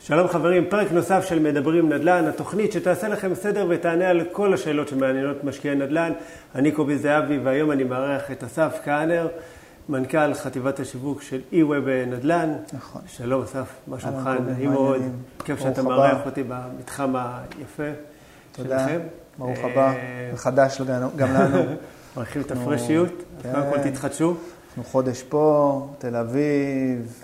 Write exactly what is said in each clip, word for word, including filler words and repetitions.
שלום חברים, פרק נוסף של מדברים נדל"ן, התוכנית שתעשה לכם סדר ותענה על כל השאלות שמעניינות משקיעי נדל"ן. אני קובי זהבי והיום אני מארח את אסף כהנר, מנכ"ל חטיבת השיווק של אי-ווב נדל"ן. נכון. שלום אסף, מה שלומך? נעים מאוד. כיף שאתה מארח אותי במתחם היפה תודה. שלכם. ברוך הבא, חדש גם לנו. מרחיב את הפרשיות, אז קודם כל תתחדשו. אנחנו חודש פה, תל אביב,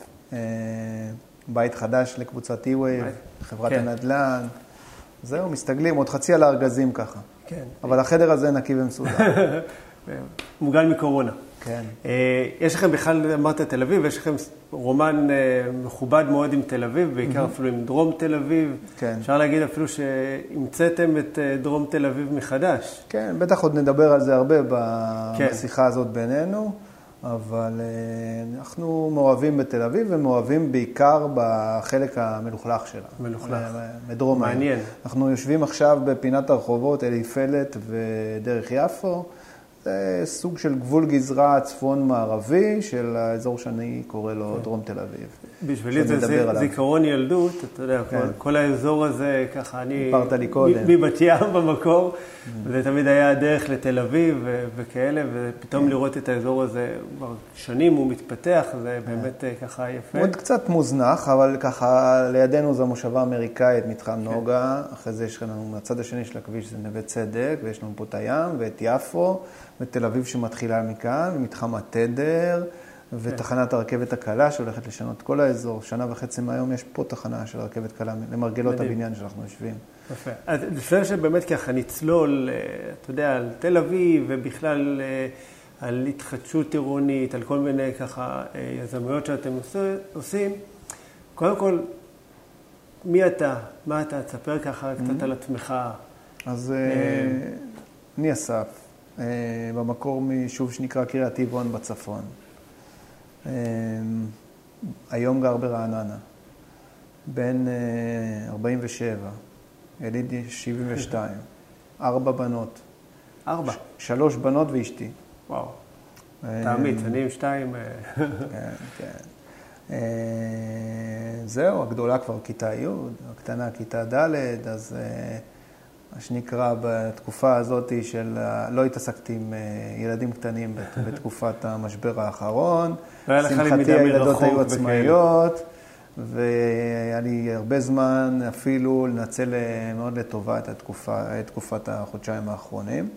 בית חדש לקבוצת אי-ווב, חברת הנדל"ן. זהו, מסתגלים, עוד חצי על הארגזים ככה. כן. אבל החדר הזה נקי ומסודר. מוגן מקורונה. כן. יש לכם בכלל, אמרת תל אביב, יש לכם רומן מכובד מאוד עם תל אביב, בעיקר אפילו עם דרום תל אביב. כן. אפשר להגיד אפילו שהמצאתם את דרום תל אביב מחדש. כן, בטח עוד נדבר על זה הרבה בשיחה הזאת בינינו. אבל אנחנו מאוהבים בתל אביב ומאוהבים בעיקר בחלק המלוכלך שלה. מלוכלך. מדרום. מעניין. אנחנו יושבים עכשיו בפינת הרחובות אליפלט ודרך יפו. זה סוג של גבול גזרה צפון-מערבי של האזור שאני קורא לו דרום תל אביב. בשבילי זה זיכרון ילדות, אתה יודע, כל האזור הזה ככה, אני מבת ים במקור, וזה תמיד היה דרך לתל אביב וכאלה, ופתאום לראות את האזור הזה כבר שנים הוא מתפתח, זה באמת ככה יפה. עוד קצת מוזנח, אבל ככה לידינו זו מושבה אמריקאית, מתחם נוגה, אחרי זה יש לנו מהצד השני של הכביש, זה נווה צדק, ויש לנו פה את הים ואת יפו, ותל אביב שמתחילה מכאן, ומתחם התדר, ותחנת הרכבת הקלה שהולכת לשנות כל האזור. שנה וחצי מהיום יש פה תחנה של רכבת קלה למרגלות הבניין שאנחנו יושבים. יפה. אז לפני שבאמת ככה נצלול, אתה יודע, על תל אביב ובכלל על התחדשות עירונית, על כל מיני ככה יזמויות שאתם עושים, קודם כל, מי אתה? מה אתה? תספר ככה קצת על עצמך. אז אני אסף, במקור מיישוב שנקרא קריית טבעון בצפון. היום גר ברעננה, בן ארבעים ושבע, יליד שבעים ושתיים, ארבע בנות. ארבע? שלוש בנות ואשתי. וואו, תאמית, אני עם שתיים. כן, כן. זהו, הגדולה כבר כיתה י', הקטנה כיתה ד', אז מה שנקרא בתקופה הזאת של, לא התעסקתי עם ילדים קטנים בתקופת המשבר האחרון. שמחתי הילדות היו עצמאיות, והיה לי הרבה זמן אפילו לנצל מאוד לטובה את התקופה, את תקופת החודשיים האחרונים.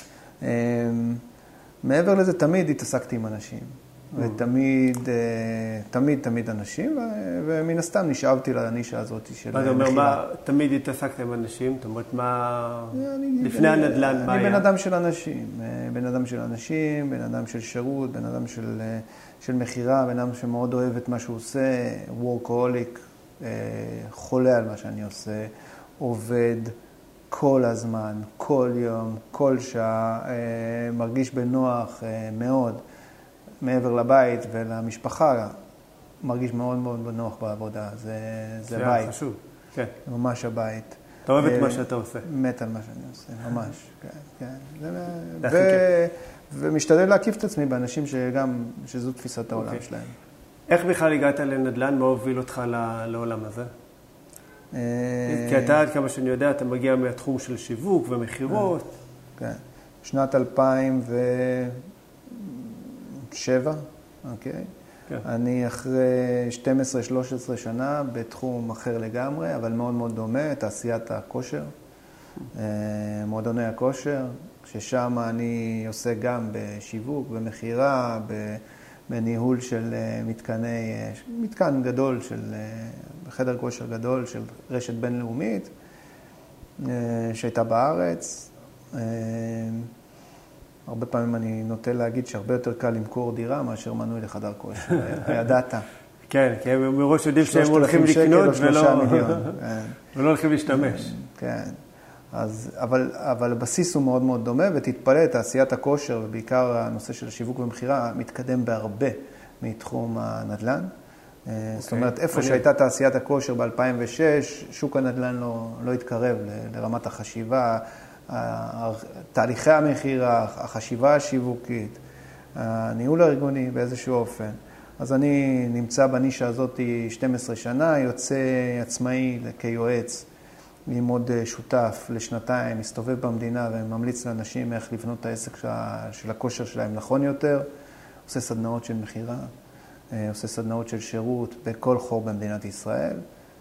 מעבר לזה, תמיד התעסקתי עם אנשים. ותמיד, תמיד, תמיד אנשים, ומן הסתם נשאבתי לנישה הזאת של מכירה. מה זה אומר, מה, תמיד התעסקתם עם אנשים? זאת אומרת, מה, לפני הנדל"ן, מה היה? אני בן אדם של אנשים, בן אדם של אנשים, בן אדם של שירות, בן אדם של, של מכירה, בן אדם שמאוד אוהב את מה שהוא עושה, וורקהוליק, חולה על מה שאני עושה, עובד כל הזמן, כל יום, כל שעה, מרגיש בנוח מאוד. מעבר לבית ולמשפחה, מרגיש מאוד מאוד בנוח בעבודה. זה, זה בית. זה חשוב, כן. זה ממש הבית. אתה אוהב את מה שאתה עושה. מת על מה שאני עושה, ממש. כן, כן. ו... ומשתדל להקיף את עצמי באנשים שגם, שזו תפיסת העולם okay. שלהם. איך בכלל הגעת לנדל"ן? מה הוביל אותך לעולם הזה? כי אתה, עד כמה שאני יודע, אתה מגיע מהתחום של שיווק ומחירות. כן. שנת אלפיים ושבע, אוקיי? כן. אני אחרי שתים עשרה שלוש עשרה שנה בתחום אחר לגמרי, אבל מאוד מאוד דומה, תעשיית הכושר, מועדוני הכושר, ששם אני עושה גם בשיווק, במחירה, בניהול של מתקני, מתקן גדול, של חדר כושר גדול של רשת בינלאומית, שהייתה בארץ. הרבה פעמים אני נוטה להגיד שהרבה יותר קל למכור דירה מאשר מנוי לחדר כושר. הידעת. כן, כי הם מראש יודעים שהם הולכים לקנות ולא הולכים להשתמש. כן. אז, אבל, אבל הבסיס הוא מאוד מאוד דומה, ותתפלא, תעשיית הכושר, ובעיקר הנושא של השיווק ומחירה, מתקדם בהרבה מתחום הנדל"ן. Okay. זאת אומרת, איפה שהייתה תעשיית הכושר ב-אלפיים ושש, שוק הנדל"ן לא, לא התקרב ל, לרמת החשיבה, תהליכי המחירה, החשיבה השיווקית, הניהול הארגוני באיזשהו אופן. אז אני נמצא בנישה הזאת שתים עשרה שנה, יוצא עצמאי כיועץ, עם עוד שותף לשנתיים, מסתובב במדינה וממליץ לאנשים איך לבנות את העסק של הכושר שלהם נכון יותר, עושה סדנאות של מחירה, עושה סדנאות של שירות בכל חור במדינת ישראל,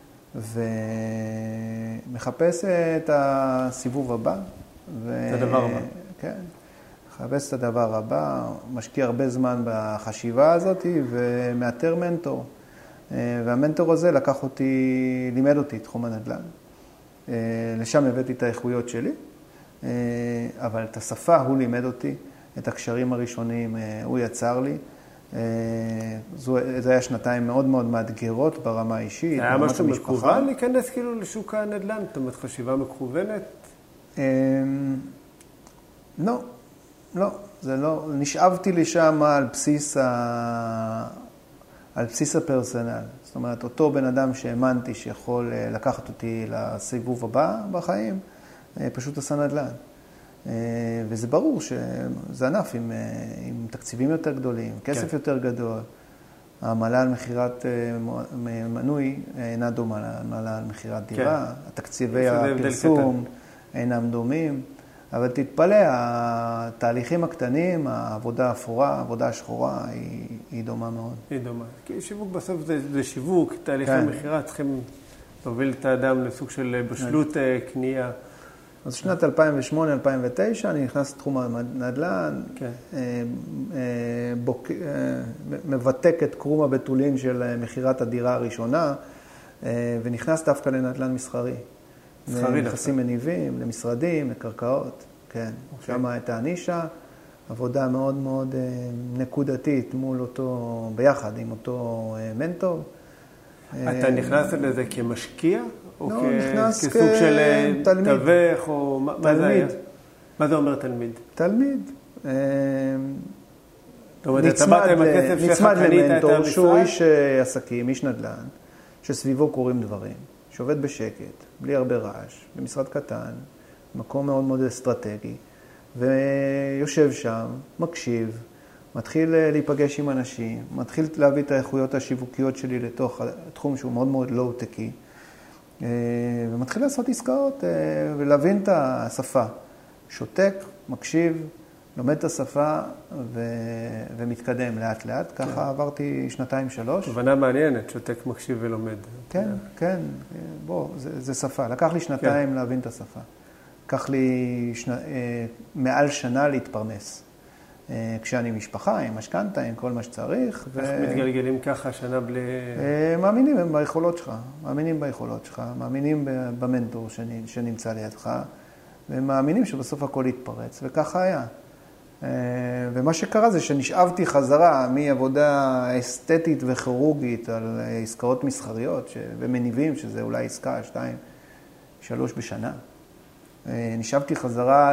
ומחפש את הסיבוב הבא. את הדבר הבא. כן, מחפש את הדבר הבא, משקיע הרבה זמן בחשיבה הזאת ומאתר מנטור. והמנטור הזה לקח אותי, לימד אותי תחום הנדל"ן. לשם הבאתי את האיכויות שלי, אבל את השפה הוא לימד אותי, את הקשרים הראשונים הוא יצר לי. זה היה שנתיים מאוד מאוד מאתגרות ברמה האישית. זה היה משהו מקוון להיכנס כאילו לשוק הנדל"ן? זאת אומרת, חשיבה מקוונת? לא, לא, זה לא. נשאבתי לשם על בסיס ה... על בסיס הפרסונל. זאת אומרת, אותו בן אדם שהאמנתי שיכול לקחת אותי לסיבוב הבא בחיים, פשוט עשה נדל"ן. וזה ברור שזה ענף עם, עם תקציבים יותר גדולים, כסף כן. יותר גדול. העמלה על מחירת מנוי אינה דומה לעמלה על מחירת דירה. כן. התקציבי הפרסום אינם דומים. אבל תתפלא, התהליכים הקטנים, העבודה האפורה, העבודה השחורה, היא, היא דומה מאוד. היא דומה. כי שיווק בסוף זה, זה שיווק, תהליכי כן. מחירה, צריכים להוביל את האדם לסוג של בשלות כן. קנייה. אז שנת אלפיים ושמונה אלפיים ותשע אני נכנס לתחום הנדל"ן, כן. בוק... מבטק את קרום הבתולין של מחירת הדירה הראשונה, ונכנס דווקא לנדל"ן מסחרי. נכסים מניבים, למשרדים, לקרקעות, כן. Okay. שם הייתה הנישה, עבודה מאוד מאוד נקודתית מול אותו, ביחד עם אותו מנטור. אתה נכנס לזה כמשקיע? או לא, נכנס כסוג של תלמיד. תווך, או מה זה היה? מה זה אומר תלמיד? תלמיד. נצמד למנטור שהוא איש עסקים, איש נדל"ן, שסביבו קורים דברים. שעובד בשקט, בלי הרבה רעש, במשרד קטן, מקום מאוד מאוד אסטרטגי, ויושב שם, מקשיב, מתחיל להיפגש עם אנשים, מתחיל להביא את האיכויות השיווקיות שלי לתוך התחום שהוא מאוד מאוד לואו-טקי, ומתחיל לעשות עסקאות ולהבין את השפה. שותק, מקשיב, לומד את השפה ו... ומתקדם לאט לאט. ככה כן. עברתי שנתיים שלוש. הבנה מעניינת, שותק, מקשיב ולומד. כן, כן. בוא, זה, זה שפה. לקח לי שנתיים כן. להבין את השפה. לקח לי שנה, מעל שנה להתפרנס. כשאני משפחה, עם משכנתה, עם כל מה שצריך. איך ו... מתגלגלים ככה שנה בלי... מאמינים ביכולות שלך. מאמינים ביכולות שלך. מאמינים במנטור שנמצא לידך. ומאמינים שבסוף הכל יתפרץ. וככה היה. ומה שקרה זה שנשאבתי חזרה מעבודה אסתטית וכירורגית על עסקאות מסחריות ומניבים, שזה אולי עסקה, שתיים, שלוש בשנה. נשאבתי חזרה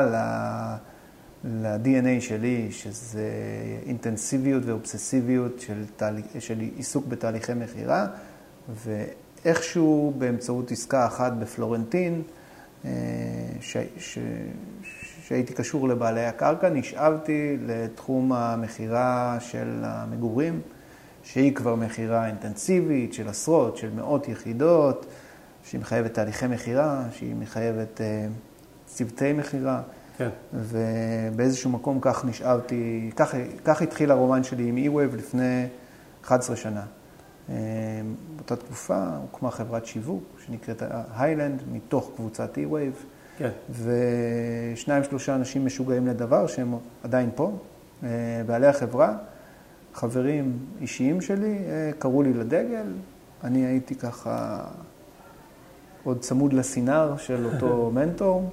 ל-די אן איי שלי, שזה אינטנסיביות ואובססיביות של, תהליך, של עיסוק בתהליכי מחירה, ואיכשהו באמצעות עסקה אחת בפלורנטין, ש... ש... שהייתי קשור לבעלי הקרקע, נשאבתי לתחום המחירה של המגורים, שהיא כבר מחירה אינטנסיבית של עשרות, של מאות יחידות, שהיא מחייבת תהליכי מחירה, שהיא מחייבת uh, צוותי מחירה. כן. ובאיזשהו מקום כך נשאבתי, כך, כך התחיל הרומן שלי עם E-Wave לפני אחת עשרה שנה. באותה תקופה הוקמה חברת שיווק שנקראת היילנד, מתוך קבוצת E-Wave. כן. ושניים שלושה אנשים משוגעים לדבר שהם עדיין פה. בעלי החברה, חברים אישיים שלי, קראו לי לדגל. אני הייתי ככה עוד צמוד לסינר של אותו מנטור.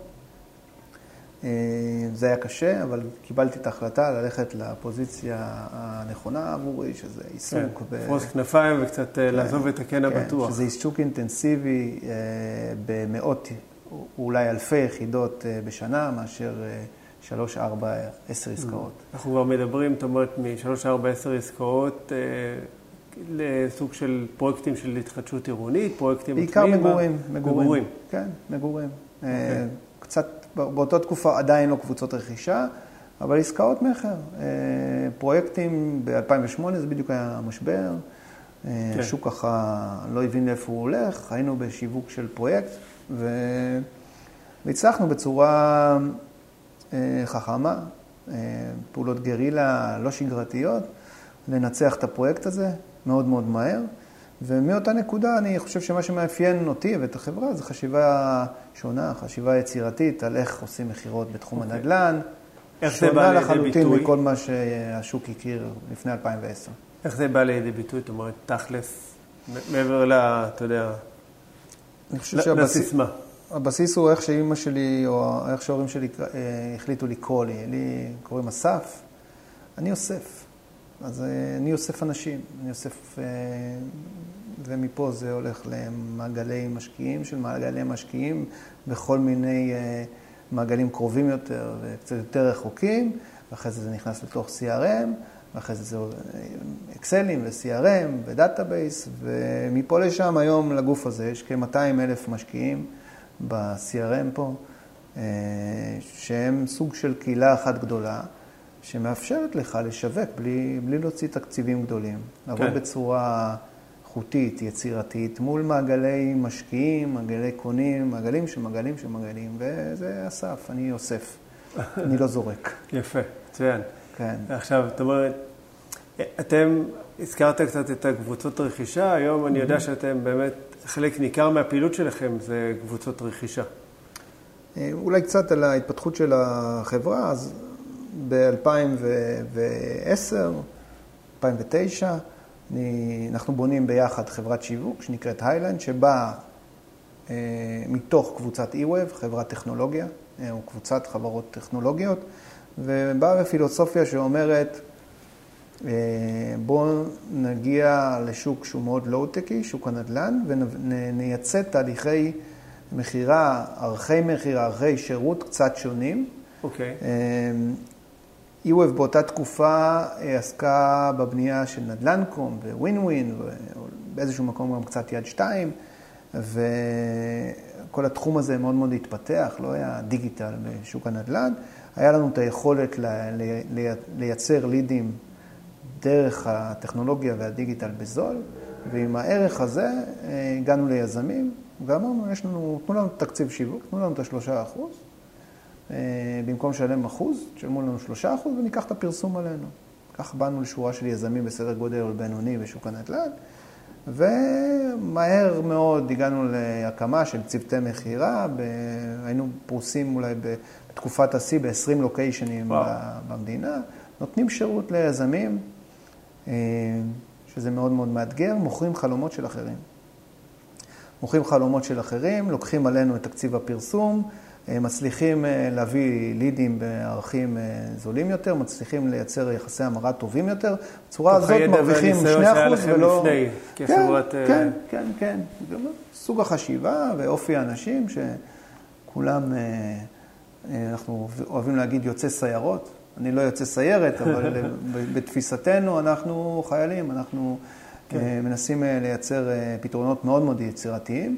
זה היה קשה, אבל קיבלתי את ההחלטה ללכת לפוזיציה הנכונה עבורי, שזה עיסוק. כן, פרוס כנפיים וקצת לעזוב את הקן הבטוח. שזה עיסוק אינטנסיבי במאות, אולי אלפי יחידות בשנה, מאשר שלוש, ארבע, עשר עסקאות. אנחנו כבר מדברים, זאת אומרת, משלוש, ארבע, עשר עסקאות לסוג של פרויקטים של התחדשות עירונית, פרויקטים... בעיקר מגורים. מגורים. כן, מגורים. קצת... באותה תקופה עדיין לא קבוצות רכישה, אבל עסקאות מחר. פרויקטים ב-אלפיים ושמונה זה בדיוק היה המשבר. כן. השוק ככה לא הבין לאיפה הוא הולך, היינו בשיווק של פרויקט, ו... והצלחנו בצורה חכמה, פעולות גרילה לא שגרתיות, לנצח את הפרויקט הזה מאוד מאוד מהר. ומאותה נקודה אני חושב שמה שמאפיין אותי ואת החברה זה חשיבה שונה, חשיבה יצירתית על איך עושים מחירות בתחום okay. הנדל"ן. איך זה בא לידי ביטוי? שונה לחלוטין מכל מה שהשוק הכיר לפני אלפיים ועשר. איך זה בא לידי ביטוי? זאת אומרת, תכלס, מעבר ל, אתה יודע, לסיסמה. הבסיס הוא איך שאמא שלי או איך שההורים שלי החליטו לקרוא לי. לי קוראים אסף, אני אוסף. אז אני אוסף אנשים, אני אוסף, ומפה זה הולך למעגלי משקיעים, של מעגלי משקיעים בכל מיני מעגלים קרובים יותר וקצת יותר רחוקים, ואחרי זה זה נכנס לתוך סי אר אם, ואחרי זה זה אקסלים ו-סי אר אם ודאטאבייס, ומפה לשם היום לגוף הזה יש כ-מאתיים אלף משקיעים ב-סי אר אם פה, שהם סוג של קהילה אחת גדולה, שמאפשרת לך לשווק בלי, בלי להוציא תקציבים גדולים. לעבוד כן. בצורה איכותית, יצירתית, מול מעגלי משקיעים, מעגלי קונים, מעגלים של מעגלים של מעגלים, וזה אסף, אני אוסף, אני לא זורק. יפה, מצוין. כן. עכשיו, זאת אומרת, אתם הזכרת קצת את הקבוצות רכישה, היום אני יודע שאתם באמת, חלק ניכר מהפעילות שלכם זה קבוצות רכישה. אולי קצת על ההתפתחות של החברה, אז ב-אלפיים ועשר, אלפיים ותשע, אנחנו בונים ביחד חברת שיווק שנקראת היילנד, שבאה מתוך קבוצת E-Wave, חברת טכנולוגיה, או קבוצת חברות טכנולוגיות, ובאה בפילוסופיה שאומרת, בואו נגיע לשוק שהוא מאוד לואו-טקי, שוק הנדל"ן, ונייצא תהליכי מחירה, ערכי מחירה, ערכי שירות קצת שונים. אוקיי. E-Wave באותה תקופה עסקה בבנייה של נדל"נקום וווין ווין, ובאיזשהו מקום גם קצת יד שתיים, וכל התחום הזה מאוד מאוד התפתח, לא היה דיגיטל בשוק הנדל"ן. היה לנו את היכולת לייצר לידים דרך הטכנולוגיה והדיגיטל בזול, ועם הערך הזה הגענו ליזמים, ואמרנו, יש לנו, תנו לנו תקציב שיווק, תנו לנו את השלושה אחוז, במקום לשלם אחוז, תשלמו לנו שלושה אחוז וניקח את הפרסום עלינו. כך באנו לשורה של יזמים בסדר גודל בינוני בשוק הנדל"ן, ומהר מאוד הגענו להקמה של צוותי מחירה, היינו פרוסים אולי בתקופת השיא ב-עשרים לוקיישנים במדינה, נותנים שירות ליזמים, שזה מאוד מאוד מאתגר, מוכרים חלומות של אחרים. מוכרים חלומות של אחרים, לוקחים עלינו את תקציב הפרסום, מצליחים להביא לידים בערכים זולים יותר, מצליחים לייצר יחסי המרה טובים יותר. בצורה הזאת מרוויחים שני אחוז ולא... לפני, כחברת... כן, כן, כן. סוג החשיבה ואופי האנשים שכולם, אנחנו אוהבים להגיד יוצא סיירות. אני לא יוצא סיירת, אבל בתפיסתנו אנחנו חיילים, אנחנו מנסים לייצר פתרונות מאוד מאוד יצירתיים.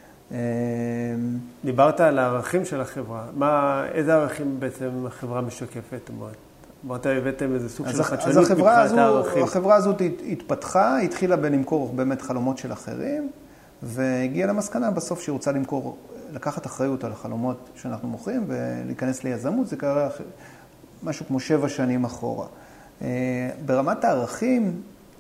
דיברת על הערכים של החברה. מה, איזה ערכים בעצם החברה משקפת? אמרת, הבאתם איזה סוג של חדשנות מבחינת הערכים. החברה הזאת התפתחה, התחילה בלמכור באמת חלומות של אחרים, והגיעה למסקנה בסוף שהיא רוצה למכור, לקחת אחריות על החלומות שאנחנו מוכרים, ולהיכנס ליזמות, זה קרה משהו כמו שבע שנים אחורה. ברמת הערכים,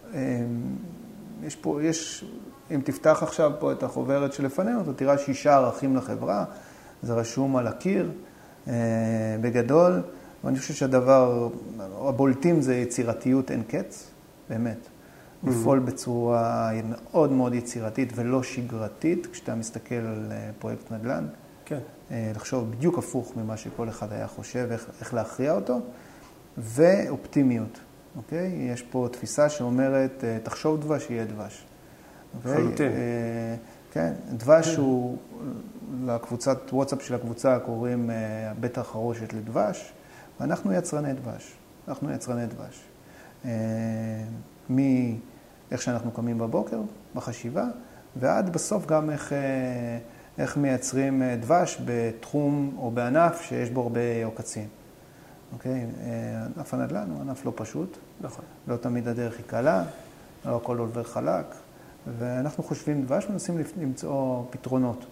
יש פה, יש... אם תפתח עכשיו פה את החוברת שלפנינו, אתה תראה שישה ערכים לחברה, זה רשום על הקיר, בגדול, ואני חושב שהדבר, הבולטים זה יצירתיות אין קץ, באמת. Mm-hmm. לפעול בצורה מאוד מאוד יצירתית ולא שגרתית, כשאתה מסתכל על פרויקט נדל"ן. כן. לחשוב בדיוק הפוך ממה שכל אחד היה חושב, איך, איך להכריע אותו, ואופטימיות, אוקיי? יש פה תפיסה שאומרת, תחשוב דבש, יהיה דבש. חלוטין. כן, דבש הוא, לקבוצת וואטסאפ של הקבוצה קוראים בית החרושת לדבש, ואנחנו יצרני דבש. אנחנו יצרני דבש. מאיך שאנחנו קמים בבוקר, בחשיבה, ועד בסוף גם איך, איך מייצרים דבש בתחום או בענף שיש בו הרבה עוקצים. אוקיי? ענף הנדל"ן הוא ענף לא פשוט. נכון. לא תמיד הדרך היא קלה, לא הכל עובר חלק, ואנחנו חושבים דבש, מנסים למצוא פתרונות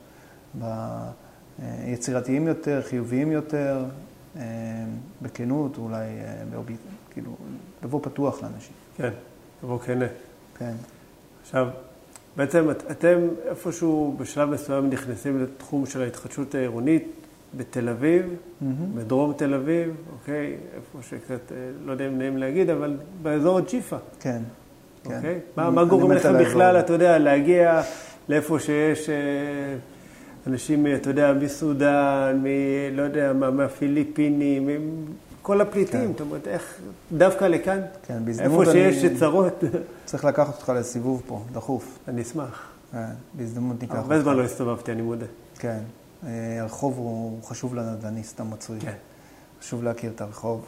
יצירתיים יותר, חיוביים יותר, בכנות, אולי כאילו, לבוא פתוח לאנשים. כן, לבוא כנה. כן. עכשיו, בעצם אתם איפשהו בשלב מסוים נכנסים לתחום של ההתחדשות העירונית בתל אביב, mm-hmm. בדרום תל אביב, אוקיי? איפה שקצת, לא יודע אם נעים להגיד, אבל באזור ג'יפה. כן. אוקיי? כן. מה, מה גורם לכם בכלל, אתה יודע, להגיע לאיפה שיש אנשים, אתה יודע, מסודן, מ... לא יודע, מה, מהפיליפינים, כל הפליטים, זאת אומרת, איך דווקא לכאן, כן, איפה שיש צרות. צריך לקחת אותך לסיבוב פה, דחוף. אני אשמח. כן, בהזדמנות ניקח אותך. הרבה זמן לא הסתובבתי, אני מודה. כן, הרחוב הוא חשוב לנדל"ניסט המצוי. כן. חשוב להכיר את הרחוב.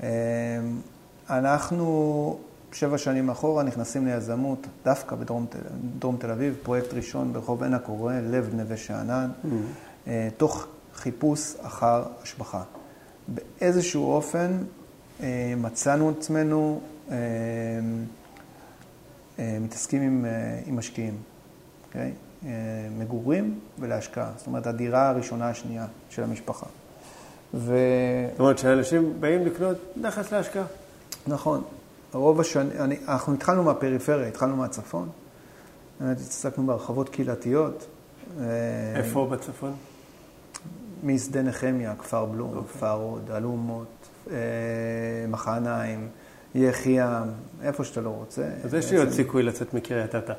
אנחנו שבע שנים אחורה נכנסים ליזמות, דווקא בדרום דרום תל אביב, פרויקט ראשון ברחוב עין הקורא, לב נווה שאנן, mm-hmm. תוך חיפוש אחר השבחה. באיזשהו אופן מצאנו עצמנו מתעסקים עם, עם משקיעים, okay? מגורים ולהשקעה. זאת אומרת, הדירה הראשונה השנייה של המשפחה. ו... זאת אומרת, שאנשים באים לקנות נכס להשקעה. נכון. רוב השנים, אני, אנחנו התחלנו מהפריפריה, התחלנו מהצפון. באמת התעסקנו בהרחבות קהילתיות. איפה בצפון? משדה נחמיה, כפר בלום, okay. כפר עוד, אלומות, מחניים, יחיים, איפה שאתה לא רוצה. אז יש לי עוד סיכוי לצאת מקריית אתא.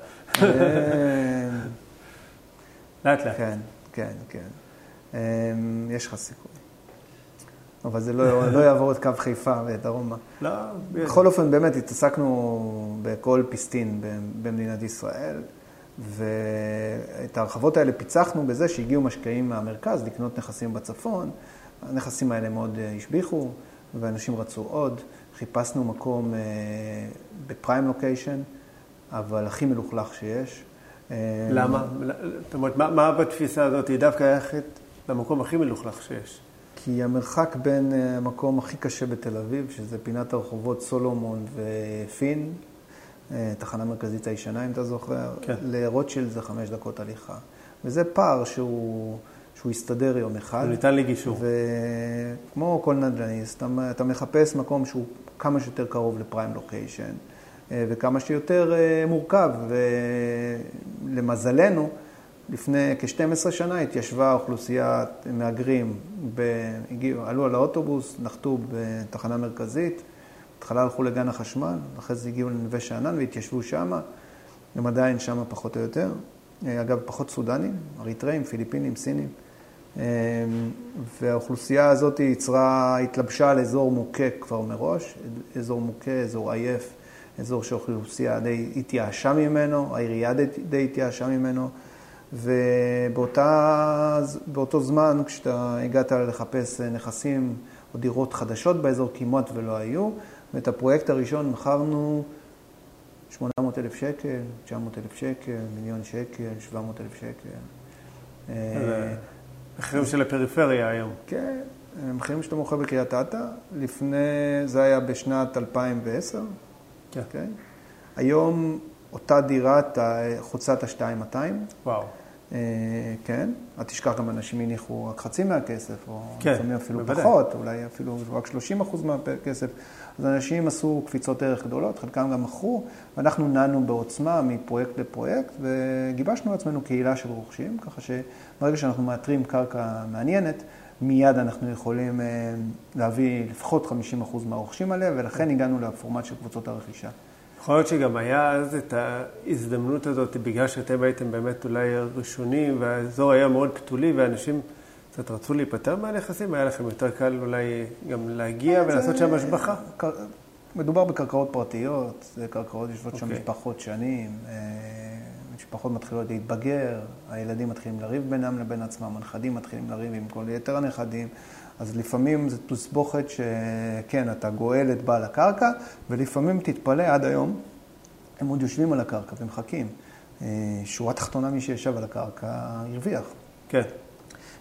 לאט לאט. כן, כן, כן. יש לך סיכוי. אבל זה לא יעבור את קו חיפה ודרומה. לא. בכל אופן, באמת, התעסקנו בכל פיסטין במדינת ישראל, ואת ההרחבות האלה פיצחנו בזה שהגיעו משקיעים מהמרכז לקנות נכסים בצפון. הנכסים האלה מאוד השביחו, ואנשים רצו עוד. חיפשנו מקום בפריים לוקיישן, אבל הכי מלוכלך שיש. למה? זאת אומרת, מה בתפיסה הזאת היא דווקא היחד למקום הכי מלוכלך שיש? כי המרחק בין המקום הכי קשה בתל אביב, שזה פינת הרחובות סולומון ופין, תחנה מרכזית הישנה, אם אתה זוכר, כן. לרוטשילד זה חמש דקות הליכה. וזה פער שהוא, שהוא יסתדר יום אחד. הוא ניתן לי גישור. וכמו כל נדל"ניסט, אתה, אתה מחפש מקום שהוא כמה שיותר קרוב לפריים לוקיישן, וכמה שיותר מורכב. ולמזלנו, לפני כ-שתים עשרה שנה התיישבה אוכלוסיית מהגרים, הגיעו, עלו על האוטובוס, נחתו בתחנה מרכזית, בהתחלה הלכו לגן החשמל, אחרי זה הגיעו לנווה שאנן והתיישבו שם, הם עדיין שם פחות או יותר. אגב, פחות סודנים, אריתראים, פיליפינים, סינים. והאוכלוסייה הזאת יצרה, התלבשה על אזור מוכה כבר מראש, אזור מוכה, אזור עייף, אזור שהאוכלוסייה די התייאשה ממנו, העירייה די, די התייאשה ממנו, ובאותו זמן, כשאתה הגעת לחפש נכסים או דירות חדשות באזור, כמעט ולא היו, ואת הפרויקט הראשון מכרנו שמונה מאות אלף שקל, תשע מאות אלף שקל, מיליון שקל, שבע מאות אלף שקל. מחירים של הפריפריה היום. כן, מחירים שאתה מוכר בקריית אתא. לפני, זה היה בשנת אלפיים ועשר. כן. Okay. היום אותה דירה חוצת ה-שתיים מאתיים. וואו. כן, את תשכח גם אנשים הניחו רק חצי מהכסף, או כן, לפעמים אפילו בוודאי. פחות, אולי אפילו רק שלושים אחוז מהכסף. אז אנשים עשו קפיצות ערך גדולות, חלקם גם מכרו, ואנחנו נענו בעוצמה מפרויקט לפרויקט, וגיבשנו לעצמנו קהילה של רוכשים, ככה שברגע שאנחנו מאתרים קרקע מעניינת, מיד אנחנו יכולים להביא לפחות חמישים אחוז מהרוכשים עליה, ולכן הגענו לפורמט של קבוצות הרכישה. יכול להיות שגם היה אז את ההזדמנות הזאת, בגלל שאתם הייתם באמת אולי ראשונים, והאזור היה מאוד פתולי, ואנשים קצת רצו להיפטר מהנכסים, היה לכם יותר קל אולי גם להגיע ולעשות שם השבחה? מדובר בקרקעות פרטיות, זה קרקעות יושבות שם משפחות שנים, משפחות מתחילות להתבגר, הילדים מתחילים לריב בינם לבין עצמם, הנכדים מתחילים לריב עם כל יתר הנכדים, אז לפעמים זה תסבוכת שכן, אתה גואל את בעל הקרקע, ולפעמים תתפלא עד היום, הם עוד יושבים על הקרקע ומחכים. שורה תחתונה מי שישב על הקרקע הרוויח. כן.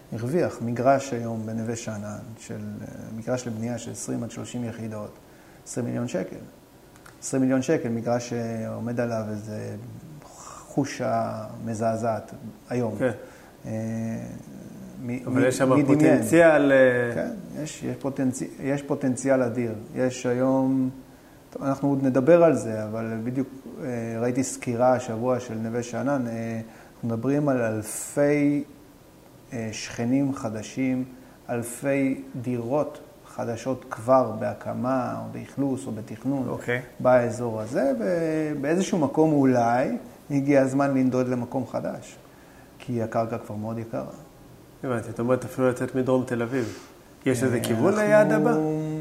הרוויח מגרש היום בנווה שאנן, של מגרש לבנייה של עשרים עד שלושים יחידות, עשרים מיליון שקל. עשרים מיליון שקל, מגרש שעומד עליו איזה חושה מזעזעת היום. כן. אה, מ, אבל מ, יש שם פוטנציאל... כן, יש, יש, פוטנצ... יש פוטנציאל אדיר. יש היום, טוב, אנחנו עוד נדבר על זה, אבל בדיוק ראיתי סקירה השבוע של נווה שאנן, אנחנו מדברים על אלפי שכנים חדשים, אלפי דירות חדשות כבר בהקמה או באכלוס או בתכנון okay. באזור הזה, ובאיזשהו מקום אולי הגיע הזמן לנדוד למקום חדש, כי הקרקע כבר מאוד יקרה. הבנתי, זאת אומרת אפילו לצאת מדרום תל אביב. יש איזה כיוון ליעד הבא?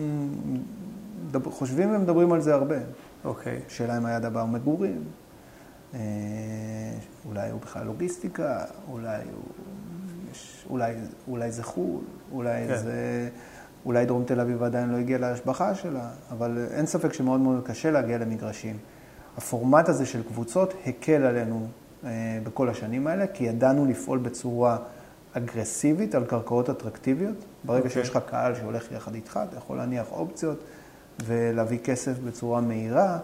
חושבים ומדברים על זה הרבה. אוקיי. Okay. שאלה אם היעד הבא הוא מגורים, אולי הוא בכלל לוגיסטיקה, אולי הוא... אולי, אולי זה חול, אולי, כן. זה, אולי דרום תל אביב עדיין לא הגיע להשבחה שלה, אבל אין ספק שמאוד מאוד קשה להגיע למגרשים. הפורמט הזה של קבוצות הקל עלינו אה, בכל השנים האלה, כי ידענו לפעול בצורה אגרסיבית על קרקעות אטרקטיביות. ברגע okay. שיש לך קהל שהולך יחד איתך, אתה יכול להניח אופציות ולהביא כסף בצורה מהירה.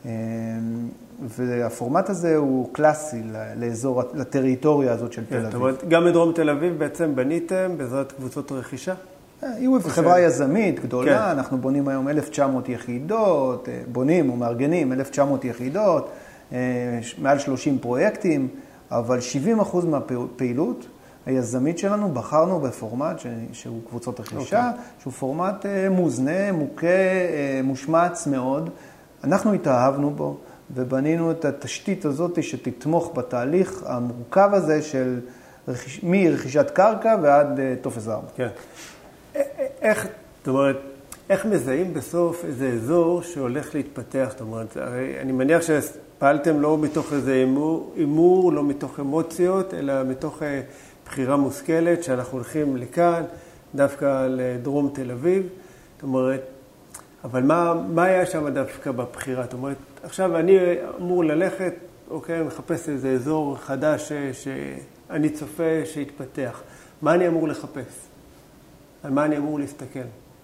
והפורמט הזה הוא קלאסי לאזור, לטריטוריה הזאת של תל אביב. זאת אומרת, גם בדרום תל אביב בעצם בניתם בעזרת קבוצות רכישה? היא חברה יזמית גדולה, אנחנו בונים היום אלף תשע מאות יחידות, בונים ומארגנים אלף תשע מאות יחידות, מעל שלושים פרויקטים, אבל שבעים אחוז מהפעילות היזמית שלנו בחרנו בפורמט שהוא קבוצות רכישה, שהוא פורמט מוזנה, מוכה, מושמץ מאוד. אנחנו התאהבנו בו ובנינו את התשתית הזאת שתתמוך בתהליך המורכב הזה של רכיש... מרכישת קרקע ועד טופס ארבע. כן. איך, זאת אומרת, איך מזהים בסוף איזה אזור שהולך להתפתח? זאת אומרת, הרי אני מניח שפעלתם לא מתוך איזה אימור, אימור, לא מתוך אמוציות, אלא מתוך בחירה מושכלת שאנחנו הולכים לכאן, דווקא לדרום תל אביב. זאת אומרת, אבל מה, מה היה שם דווקא בבחירה? זאת אומרת, עכשיו אני אמור ללכת, אוקיי, מחפש איזה אזור חדש ש, שאני צופה שיתפתח. מה אני אמור לחפש? על מה אני אמור להסתכל?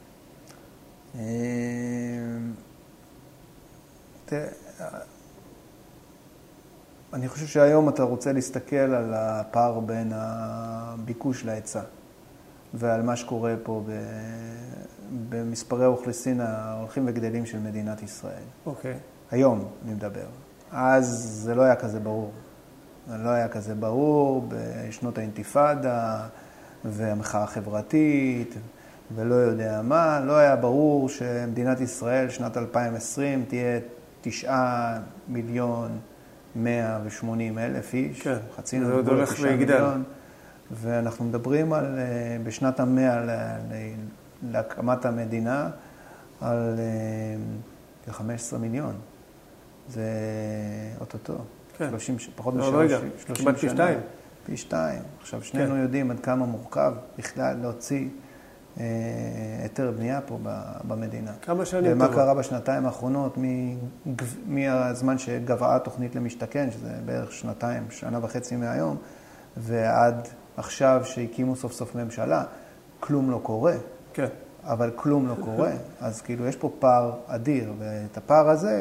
אני חושב שהיום אתה רוצה להסתכל על הפער בין הביקוש להיצע, ועל מה שקורה פה ב... במספרי האוכלוסין ההולכים וגדלים של מדינת ישראל. אוקיי. היום אני מדבר. אז זה לא היה כזה ברור. זה לא היה כזה ברור בשנות האינתיפאדה והמחאה החברתית ולא יודע מה. לא היה ברור שמדינת ישראל שנת אלפיים ועשרים תהיה תשעה מיליון מאה ושמונים אלף איש. כן, חצי זה עוד הולך ויגדל. ואנחנו מדברים על, בשנת המאה להקמת המדינה, על כ-חמש עשרה מיליון. זה אוטוטו. כן. שלושים, פחות לא, משלוש, רגע, כמעט פי שתיים. פי שתיים. עכשיו, שנינו כן. יודעים עד כמה מורכב בכלל להוציא אה, היתר בנייה פה במדינה. כמה שנים ומה טובה. קרה בשנתיים האחרונות, מהזמן שגבעה תוכנית למשתכן, שזה בערך שנתיים, שנה וחצי מהיום, ועד עכשיו שהקימו סוף סוף ממשלה, כלום לא קורה. כן. אבל כלום לא קורה. אז כאילו יש פה פער אדיר, ואת הפער הזה,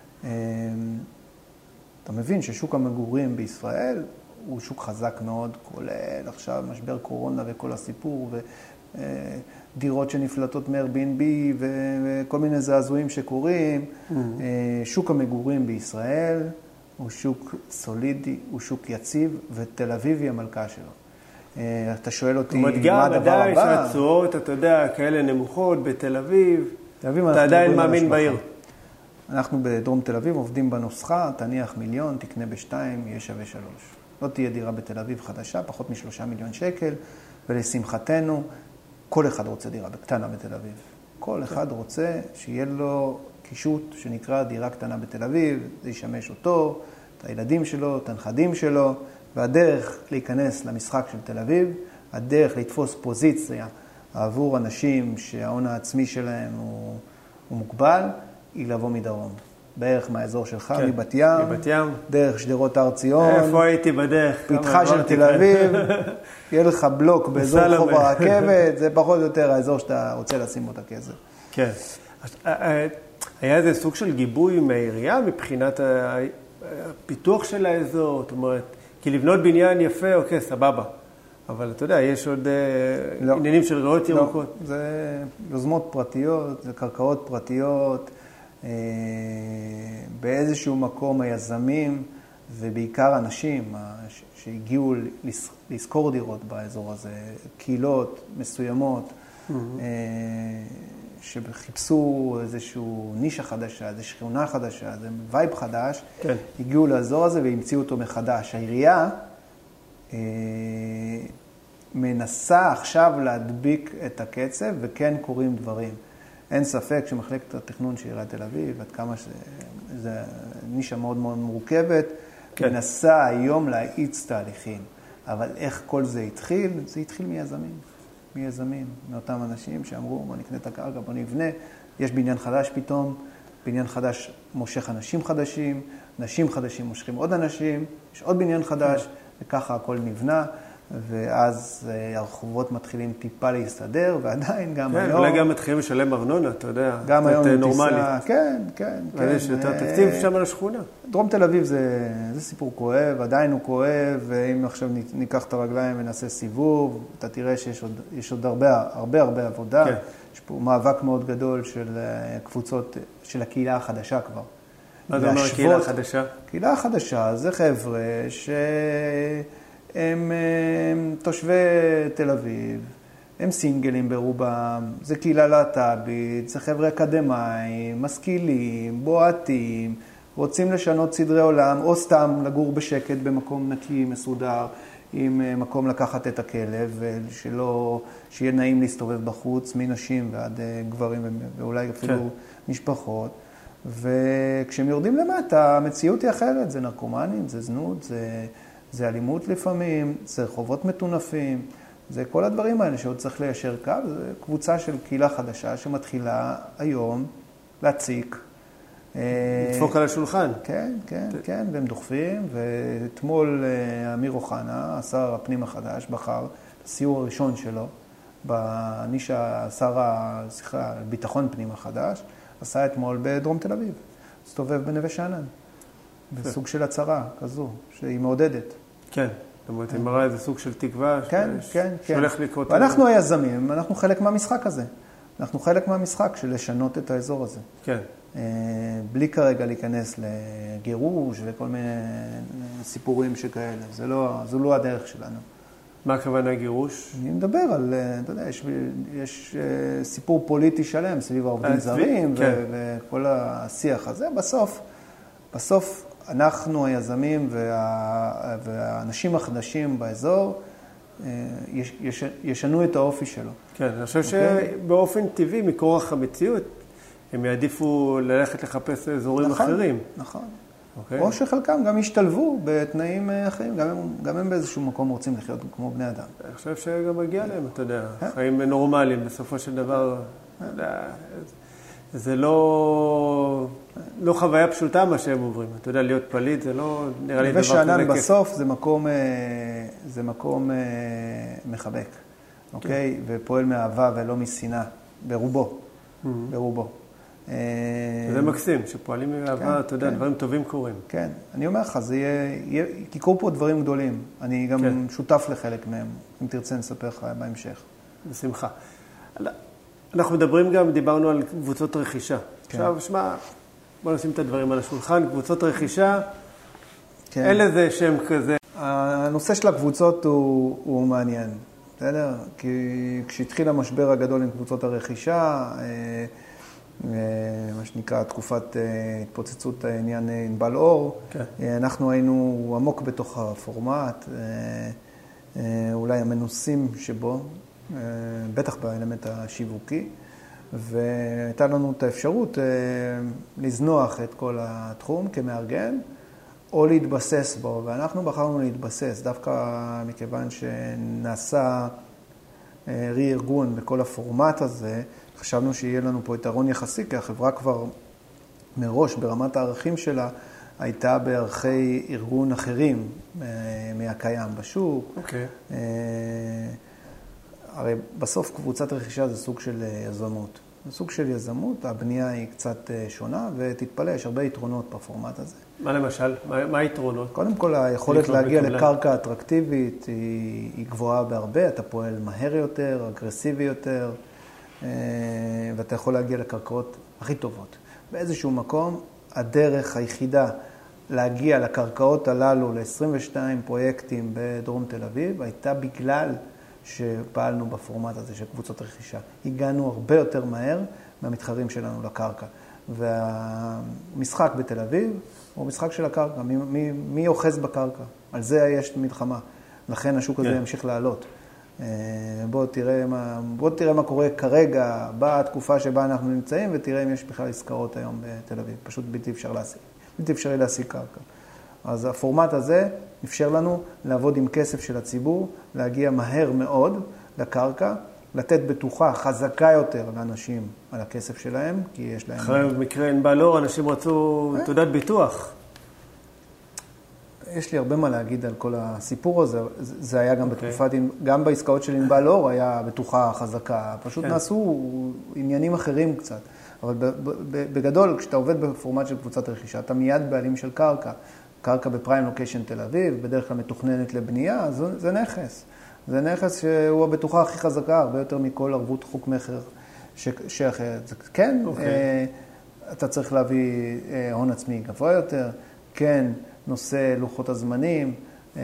אתה מבין ששוק המגורים בישראל הוא שוק חזק מאוד, כולל עכשיו משבר קורונה וכל הסיפור, ודירות שנפלטות מ-Airbnb וכל מיני זעזועים שקורים. שוק המגורים בישראל הוא שוק סולידי, הוא שוק יציב, ותל אביב היא המלכה שלו. אתה שואל אותי מה הדבר הבא? גם עדיין שהתשואות, אתה יודע, כאלה נמוכות בתל אביב, אתה עדיין מאמין בעיר. אנחנו בדרום תל אביב עובדים בנוסחה, תניח מיליון, תקנה בשתיים, יהיה שווה שלוש. לא תהיה דירה בתל אביב חדשה, פחות משלושה מיליון שקל, ולשמחתנו, כל אחד רוצה דירה קטנה בתל אביב. כל אחד רוצה שיהיה לו קישוט שנקרא דירה קטנה בתל אביב, זה ישמש אותו, את הילדים שלו, את הנכדים שלו, והדרך להיכנס למשחק של תל אביב, הדרך לתפוס פוזיציה עבור אנשים שההון העצמי שלהם הוא, הוא מוגבל, היא לבוא מדרום. בערך מהאזור שלך, כן, מבת ים, מבת ים. דרך שדרות הר ציון. איפה הייתי בדרך? פתחה של תל אביב, יהיה לך בלוק באזור רחוב הרכבת, זה פחות או יותר האזור שאתה רוצה לשים בו את הכסף. כן. היה איזה סוג של גיבוי מהעירייה מבחינת הפיתוח של האזור, זאת אומרת, כי לבנות בניין יפה, אוקיי, סבבה. אבל אתה יודע, יש עוד לא, עניינים של ריאות ירוקות. לא, זה יוזמות פרטיות, זה קרקעות פרטיות, אה, באיזשהו מקום היזמים, ובעיקר אנשים שהגיעו לשכור דירות באזור הזה, קהילות מסוימות, mm-hmm. אה, שחיפשו איזשהו נישה חדשה, איזו שכונה חדשה, איזה וייב חדש, כן. הגיעו לאזור הזה והמציאו אותו מחדש. העירייה אה, מנסה עכשיו להדביק את הקצב, וכן קורים דברים. אין ספק שמחלקת התכנון של עיריית תל אביב, עד כמה שזה נישה מאוד מאוד מורכבת, כן. מנסה היום להאיץ תהליכים. אבל איך כל זה התחיל? זה התחיל מיזמים. מיזמים, מאותם אנשים שאמרו, בוא נקנה את הקרקע, בוא נבנה. יש בניין חדש פתאום, בניין חדש מושך אנשים חדשים, אנשים חדשים מושכים עוד אנשים, יש עוד בניין חדש, וככה הכל נבנה. ואז הרחובות מתחילים טיפה להסתדר, ועדיין גם כן, היום... אולי גם מתחילים לשלם ארנונה, אתה יודע, גם היום נורמלי. טיסה, כן, כן, כן. יש יותר תקציב שם על השכונה. דרום תל אביב זה, זה סיפור כואב, עדיין הוא כואב, ואם עכשיו ניקח את הרגליים ונעשה סיבוב, אתה תראה שיש עוד, יש עוד הרבה, הרבה, הרבה עבודה. כן. יש פה מאבק מאוד גדול של קבוצות, של הקהילה החדשה כבר. מה זה אומר הקהילה החדשה? הקהילה החדשה זה חבר'ה ש... הם, הם תושבי תל אביב, הם סינגלים ברובם, זה קהילה להט"בית, זה חבר'ה אקדמיים, משכילים, בועטים, רוצים לשנות סדרי עולם, או סתם לגור בשקט במקום נקי, מסודר, עם מקום לקחת את הכלב, שלא, שיהיה נעים להסתובב בחוץ, מנשים ועד גברים ואולי אפילו כן. משפחות. וכשהם יורדים למטה, המציאות היא אחרת, זה נרקומנים, זה זנות, זה... זה אלימות לפעמים, זה רחובות מטונפים, זה כל הדברים האלה שעוד צריך ליישר קו. זה קבוצה של קהילה חדשה שמתחילה היום להציק. לדפוק על השולחן. כן, כן, כן, והם דוחפים. ואתמול אמיר אוחנה, השר הפנים החדש, בחר בסיור הראשון שלו, בנישה, שר הביטחון פנים החדש, עשה אתמול בדרום תל אביב. הסתובב בנווה שאנן. בסוג של הצהרה כזו, שהיא מעודדת. כן, זאת אומרת, היא מראה איזה סוג של תקווה כן, כן, כן. שהולך לקרות. ואנחנו היזמים, אנחנו חלק מהמשחק הזה. אנחנו חלק מהמשחק של לשנות את האזור הזה. כן. בלי כרגע להיכנס לגירוש וכל מיני סיפורים שכאלה. זה לא, זו לא הדרך שלנו. מה הכוונה גירוש? אני מדבר על, אתה יודע, יש, יש סיפור פוליטי שלם סביב העובדים זרים כן. וכל השיח הזה. בסוף, בסוף, אנחנו היזמים וה... והאנשים החדשים באזור יש... יש... ישנו את האופי שלו. כן, אני חושב okay. שבאופן טבעי, מכורח המציאות, הם יעדיפו ללכת לחפש אזורים נכון, אחרים. נכון. Okay. או שחלקם גם השתלבו בתנאים אחרים, גם הם, גם הם באיזשהו מקום רוצים לחיות כמו בני אדם. אני חושב שגם מגיע להם, אתה יודע, חיים נורמליים בסופו של דבר, אתה יודע, זה לא, לא חוויה פשוטה מה שהם עוברים. אתה יודע, להיות פליט זה לא נראה לי דבר כזה כיף. ושאנן בסוף זה מקום, זה מקום מחבק, אוקיי? ופועל מאהבה ולא משנאה, ברובו, ברובו. זה מקסים, שפועלים מאהבה, אתה יודע, דברים טובים קורים. כן, אני אומר לך, זה יהיה, יקרו פה דברים גדולים. אני גם שותף לחלק מהם, אם תרצה נספר לך בהמשך. בשמחה. אנחנו מדברים גם, דיברנו על קבוצות רכישה. כן. עכשיו, שמע, בוא נשים את הדברים על השולחן. קבוצות רכישה, כן. אין לזה שם כזה. הנושא של הקבוצות הוא, הוא מעניין, בסדר? כי כשהתחיל המשבר הגדול עם קבוצות הרכישה, מה שנקרא תקופת התפוצצות העניין ענבל אור, כן. אנחנו היינו עמוק בתוך הפורמט, אולי המנוסים שבו, בטח באלמנט השיווקי, והייתה לנו את האפשרות לזנוח את כל התחום כמארגן, או להתבסס בו, ואנחנו בחרנו להתבסס, דווקא מכיוון שנעשה רי-ארגון בכל הפורמט הזה, חשבנו שיהיה לנו פה יתרון יחסי, כי החברה כבר מראש ברמת הערכים שלה, הייתה בערכי ארגון אחרים מהקיים בשוק. אוקיי. Okay. הרי בסוף קבוצת רכישה זה סוג של יזמות. זה סוג של יזמות, הבנייה היא קצת שונה, ותתפלא, יש הרבה יתרונות בפורמט הזה. מה למשל? מה, מה היתרונות? קודם כל, היכולת להגיע לקרקע אטרקטיבית היא, היא גבוהה בהרבה, אתה פועל מהר יותר, אגרסיבי יותר, ואתה יכול להגיע לקרקעות הכי טובות. באיזשהו מקום, הדרך היחידה להגיע לקרקעות הללו, ל-עשרים ושתיים פרויקטים בדרום תל אביב, הייתה בגלל שפעלנו בפורמט הזה של קבוצות רכישה. הגענו הרבה יותר מהר מהמתחרים שלנו לקרקע. והמשחק בתל אביב הוא משחק של הקרקע. מי, מי, מי אוחז בקרקע? על זה יש מלחמה. לכן השוק הזה yeah. ימשיך לעלות. בוא תראה, מה, בוא תראה מה קורה כרגע בתקופה שבה אנחנו נמצאים, ותראה אם יש בכלל עסקאות היום בתל אביב. פשוט בלתי אפשר להשיג. בלתי אפשרי להשיג קרקע. אז הפורמט הזה אפשר לנו לעבוד עם כסף של הציבור, להגיע מהר מאוד לקרקע, לתת בטוחה חזקה יותר לאנשים על הכסף שלהם, כי יש להם... אחרי מקרה ענבל אור, אנשים רצו תעודת ביטוח. יש לי הרבה מה להגיד על כל הסיפור הזה. זה היה גם בתקופת, גם בעסקאות של ענבל אור היה בטוחה חזקה. פשוט נעשו עניינים אחרים קצת. אבל בגדול, כשאתה עובד בפורמט של קבוצת רכישה, אתה מיד בעלים של קרקע. קרקע בפריים לוקיישן תל אביב, בדרך כלל מתוכננת לבנייה, זה, זה נכס. זה נכס שהוא הבטוחה הכי חזקה, הרבה יותר מכל ערבות חוק מחר שאחרת. כן, okay. אה, אתה צריך להביא אה, הון עצמי גבוה יותר, כן, נושא לוחות הזמנים, אה,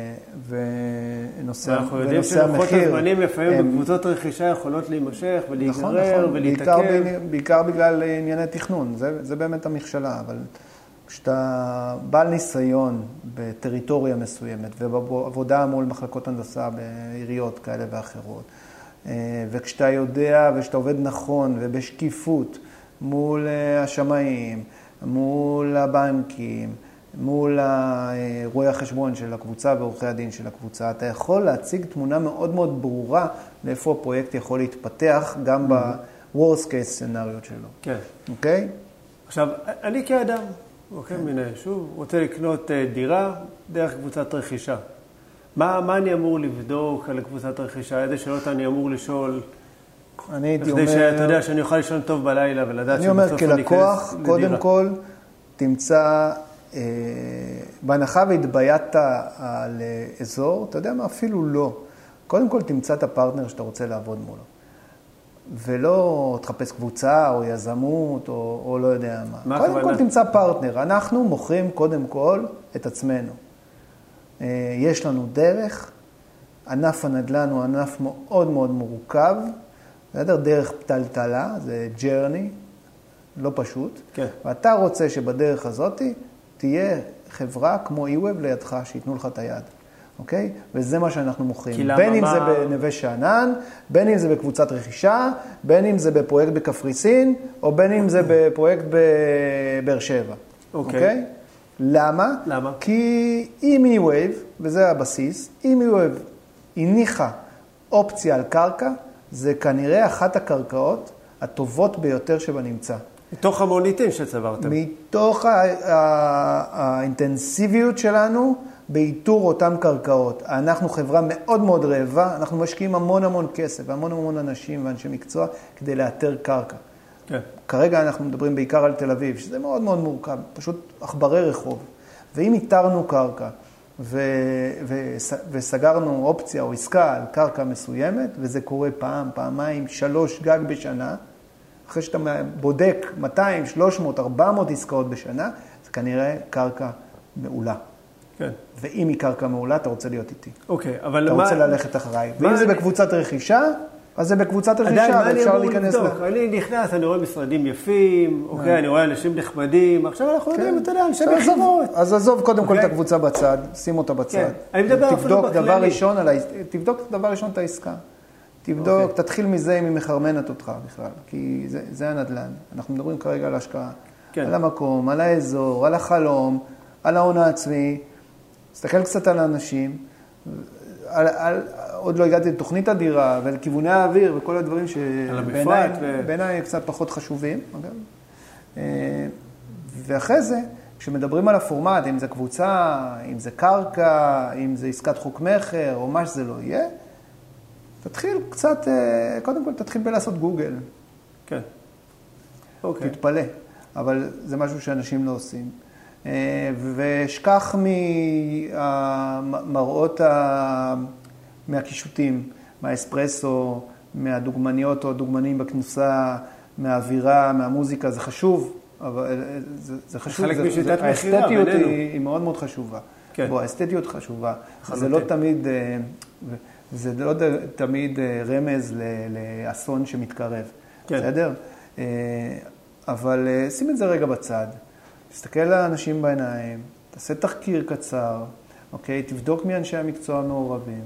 ונושא המחיר. אנחנו יודעים שלוחות הזמנים לפעמים הם... בקבוצות רכישה יכולות להימשך ולהיגרר נכון, נכון. ולהתעכב. בעיקר, בעיקר בגלל ענייני תכנון, זה, זה באמת המכשלה, אבל... כשאתה בעל ניסיון בטריטוריה מסוימת ובעבודה מול מחלקות הנדסה בעיריות כאלה ואחרות, וכשאתה יודע ושאתה עובד נכון ובשקיפות מול השמאים, מול הבנקים, מול רואי החשבון של הקבוצה ועורכי הדין של הקבוצה, אתה יכול להציג תמונה מאוד מאוד ברורה לאיפה הפרויקט יכול להתפתח גם ב-worst case scenario שלו. כן. אוקיי? עכשיו, אני כאדם, אוקיי, מן היישוב, רוצה לקנות דירה דרך קבוצת רכישה. מה, מה אני אמור לבדוק על קבוצת רכישה? איזה שאלות אני אמור לשאול? אני הייתי אומר... כדי שאתה יודע שאני אוכל לישון טוב בלילה ולדעת שבסוף אני אכנס לדירה. אני אומר, כלקוח, קודם כל, תמצא, אה, בהנחה והתבייתת על אזור, אתה יודע מה? אפילו לא. קודם כל, תמצא את הפרטנר שאתה רוצה לעבוד מולו. ולא תחפש קבוצה או יזמות או, או לא יודע מה. מה קודם כל תמצא פרטנר. אנחנו מוכרים קודם כל את עצמנו. יש לנו דרך, ענף הנדל"ן הוא ענף מאוד מאוד מורכב, דרך פתלתלה, זה ג'רני, לא פשוט. כן. ואתה רוצה שבדרך הזאת תהיה חברה כמו איווב לידך, שיתנו לך את היד. אוקיי? וזה מה שאנחנו מוכרים. בין אם זה בנווה שאנן, בין אם זה בקבוצת רכישה, בין אם זה בפרויקט בקפריסין, או בין אם זה בפרויקט בבאר שבע. אוקיי? למה? למה? כי אם איווב, וזה הבסיס, אם איווב הניחה אופציה על קרקע, זה כנראה אחת הקרקעות הטובות ביותר שבנמצא. מתוך המוניטין שצברתם. מתוך האינטנסיביות שלנו, באיתור אותם קרקעות. אנחנו חברה מאוד מאוד רעבה, אנחנו משקיעים המון המון כסף, והמון המון אנשים ואנשי מקצוע כדי לאתר קרקע. כן. כרגע אנחנו מדברים בעיקר על תל אביב, שזה מאוד מאוד מורכב, פשוט עכברי רחוב. ואם איתרנו קרקע ו... ו... וסגרנו אופציה או עסקה על קרקע מסוימת, וזה קורה פעם, פעמיים, שלוש גג בשנה, אחרי שאתה בודק מאתיים, שלוש מאות, ארבע מאות עסקאות בשנה, זה כנראה קרקע מעולה. כן. ואם היא קרקע מעולה, אתה רוצה להיות איתי. אוקיי, אבל אתה מה... רוצה ללכת אחריי. ואם זה בקבוצת רכישה, אז זה בקבוצת רכישה, ואפשר להיכנס לה. אני נכנס, אני רואה משרדים יפים, אוקיי, אני רואה אנשים נחמדים, עכשיו אנחנו יודעים, אתה יודע, אנשי מכירות. אז עזוב קודם כל את הקבוצה בצד, שים אותה בצד. אני מדבר אפילו בכללי. תבדוק דבר ראשון את העסקה. תבדוק, תתחיל מזה אם היא מחרמנת אותך בכלל, כי זה הנדל"ן. אנחנו מדברים כרגע על השקעה, על המקום, על האזור, על החלום, על ההון העצמי. תסתכל קצת על האנשים, על, על, עוד לא הגעתי לתוכנית הדירה ולכיווני האוויר וכל הדברים שבעיניי ו... קצת פחות חשובים. אגב. ואחרי זה, כשמדברים על הפורמט, אם זה קבוצה, אם זה קרקע, אם זה עסקת חוק מחר, או מה שזה לא יהיה, תתחיל קצת, קודם כל תתחיל בלעשות גוגל. כן. אוקיי. תתפלא. אבל זה משהו שאנשים לא עושים. ושכח מהמראות, מהקישוטים, מהאספרסו, מהדוגמניות או הדוגמנים בכנוסה, מהאווירה, מהמוזיקה, זה חשוב. אבל זה, זה חשוב, חלק זה, משיטת זה, מחירה, האסתטיות בינינו. היא, היא מאוד מאוד חשובה. כן. בוא, האסתטיות חשובה. חלוטין. זה לא תמיד, זה לא תמיד רמז לאסון שמתקרב. כן. בסדר? אבל שים את זה רגע בצד. תסתכל לאנשים בעיניים, תעשה תחקיר קצר, אוקיי? תבדוק מי אנשי המקצוע המעורבים.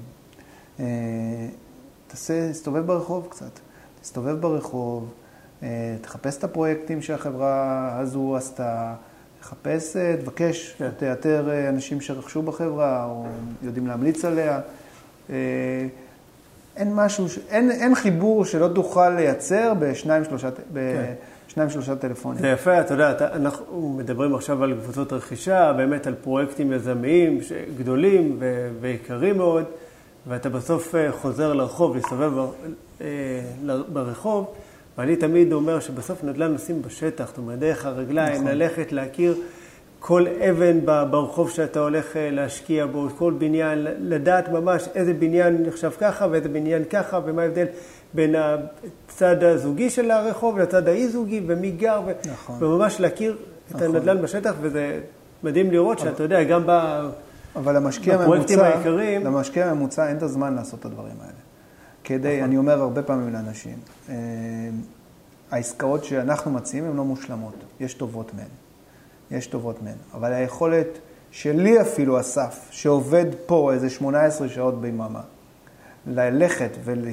תעשה, תסתובב ברחוב קצת. תסתובב ברחוב. תחפש את הפרויקטים שהחברה הזו עשתה, תחפש, תבקש, כן. תאתר אנשים שרכשו בחברה או יודעים להמליץ עליה. אין משהו, אין, אין חיבור שלא תוכל לייצר בשניים שלושה, כן. בשניים שלושה טלפונים. זה יפה, אתה יודע, אתה, אנחנו מדברים עכשיו על קבוצות רכישה, באמת על פרויקטים יזמיים גדולים ו- ויקרים מאוד, ואתה בסוף חוזר לרחוב, להסתובב ברחוב, ואני תמיד אומר שבסוף נדל"ן נוסעים בשטח, זאת אומרת, דרך הרגליים, נכון. ללכת, להכיר כל אבן ברחוב שאתה הולך להשקיע בו, כל בניין, לדעת ממש איזה בניין נחשב ככה ואיזה בניין ככה, ומה ההבדל בין הצד הזוגי של הרחוב לצד האי-זוגי, ומי גר, ו... נכון. וממש להכיר נכון. את הנדל"ן בשטח, וזה מדהים לראות אבל... שאתה יודע, גם אבל בפרויקטים העיקריים... למשקיע הממוצע אין את הזמן לעשות את הדברים האלה. כדי, נכון. אני אומר הרבה פעמים לאנשים, העסקאות שאנחנו מציעים הן לא מושלמות, יש טובות מהן. יש טובות מהן, אבל היכולת שלי אפילו אסף, שעובד פה איזה שמונה עשרה שעות ביממה, ללכת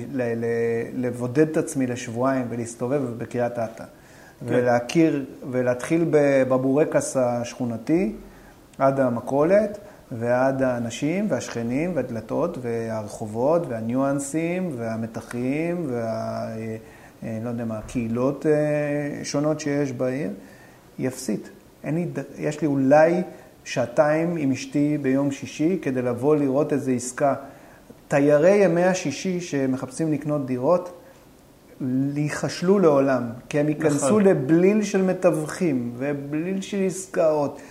ולבודד את עצמי לשבועיים ולהסתובב בקריית אתא, כן. ולהכיר ולהתחיל בבורקס השכונתי עד המקולת, ועד האנשים והשכנים והדלתות והרחובות והניואנסים והמתחים וה... לא יודע מה, הקהילות שונות שיש בעיר, יפסית. אין לי, יש לי אולי שעתיים עם אשתי ביום שישי כדי לבוא לראות איזו עסקה. תיירי ימי השישי שמחפשים לקנות דירות, להיחשלו לעולם, כי הם ייכנסו לבליל של מתווכים ובליל של עסקאות.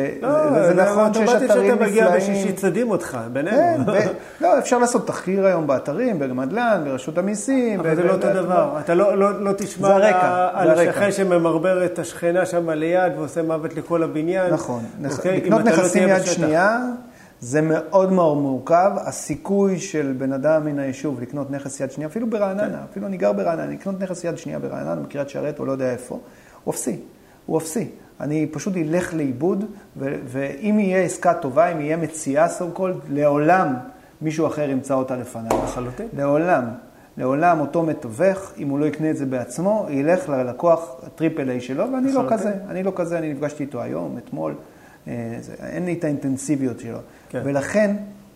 וזה נכון שיש אתרים נפלאים. שאתה מגיע בשישי צדים אותך, בינינו. לא, אפשר לעשות תחקיר היום באתרים, בנדל"ן, ברשות המיסים. אבל זה לא אותו דבר. אתה לא תשמע על השכן שממרבר את השכנה שם ליד ועושה מוות לכל הבניין. נכון. לקנות נכסים יד שנייה, זה מאוד מאוד מורכב. הסיכוי של בן אדם מן היישוב לקנות נכס יד שנייה, אפילו ברעננה, אפילו אני גר ברעננה, לקנות נכס יד שנייה ברעננה, בקריית שערת או לא יודע איפה, הוא אפסי. הוא אפסי. אני פשוט אלך לאיבוד, ו- ואם יהיה עסקה טובה, אם יהיה מציאה סו-קולד, לעולם מישהו אחר ימצא אותה לפניו. לחלוטין. לעולם. לעולם אותו מתווך, אם הוא לא יקנה את זה בעצמו, ילך ללקוח הטריפל איי שלו, ואני לחלוטין. לא כזה. אני לא כזה, אני נפגשתי איתו היום, אתמול. זה, אין לי את האינטנסיביות שלו. כן. ולכן,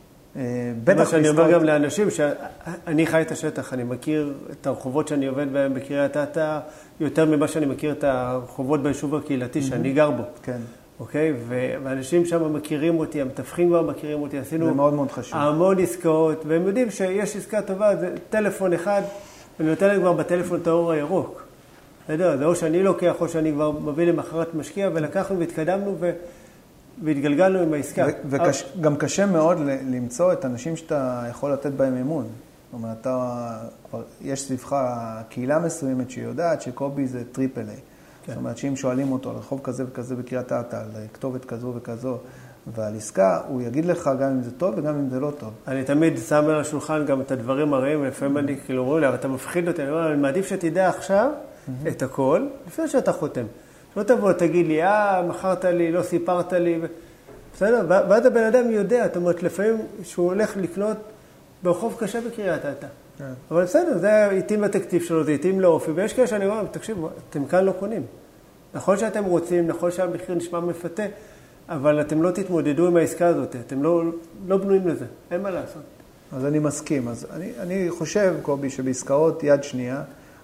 בטח... מה שאני אומר גם לאנשים, שאני חי את השטח, אני מכיר את הרחובות שאני עובד בהם בקריית אתא, יותר ממה שאני מכיר את הרחובות ביישוב הקהילתי שאני גר בו. כן. אוקיי? ואנשים שם מכירים אותי, המתווכים כבר מכירים אותי, עשינו... זה מאוד מאוד חשוב. המון עסקאות, והם יודעים שיש עסקה טובה, זה טלפון אחד, ואני נותן להם כבר בטלפון את האור הירוק. אתה יודע, זה או שאני לוקח, או שאני כבר מביא למחרת משקיע, ולקחנו והתקדמנו ו... והתגלגלנו עם העסקה. וגם קשה מאוד למצוא את אנשים שאתה יכול לתת בהם אמון. זאת אומרת, אתה, כבר, יש סביבך קהילה מסוימת שיודעת שקובי זה טריפל איי. כן. זאת אומרת, שאם שואלים אותו על רחוב כזה וכזה בקריית אתא, על כתובת כזו וכזו, ועל עסקה, הוא יגיד לך גם אם זה טוב וגם אם זה לא טוב. אני תמיד שם על השולחן גם את הדברים הרעים, ולפעמים אני כאילו אומרים לי, אבל אתה מפחיד אותי, אני אומר, אני מעדיף שתדע עכשיו את הכל, לפני שאתה חותם. לא תבוא, תגיד לי, אה, מכרת לי, לא סיפרת לי, בסדר? ואז הבן אדם יודע, זאת אומרת, לפעמים שהוא הולך לקנות ברחוב קשה בקריית אתא. כן. אבל בסדר, זה התאים לתקציב שלו, זה התאים לאופי, ויש כאלה שאני אומר, תקשיבו, אתם כאן לא קונים. נכון שאתם רוצים, נכון שהמחיר נשמע מפתה, אבל אתם לא תתמודדו עם העסקה הזאת, אתם לא, לא בנויים לזה, אין מה לעשות. אז אני מסכים. אז אני, אני חושב, קובי, שבעסקאות יד שנייה,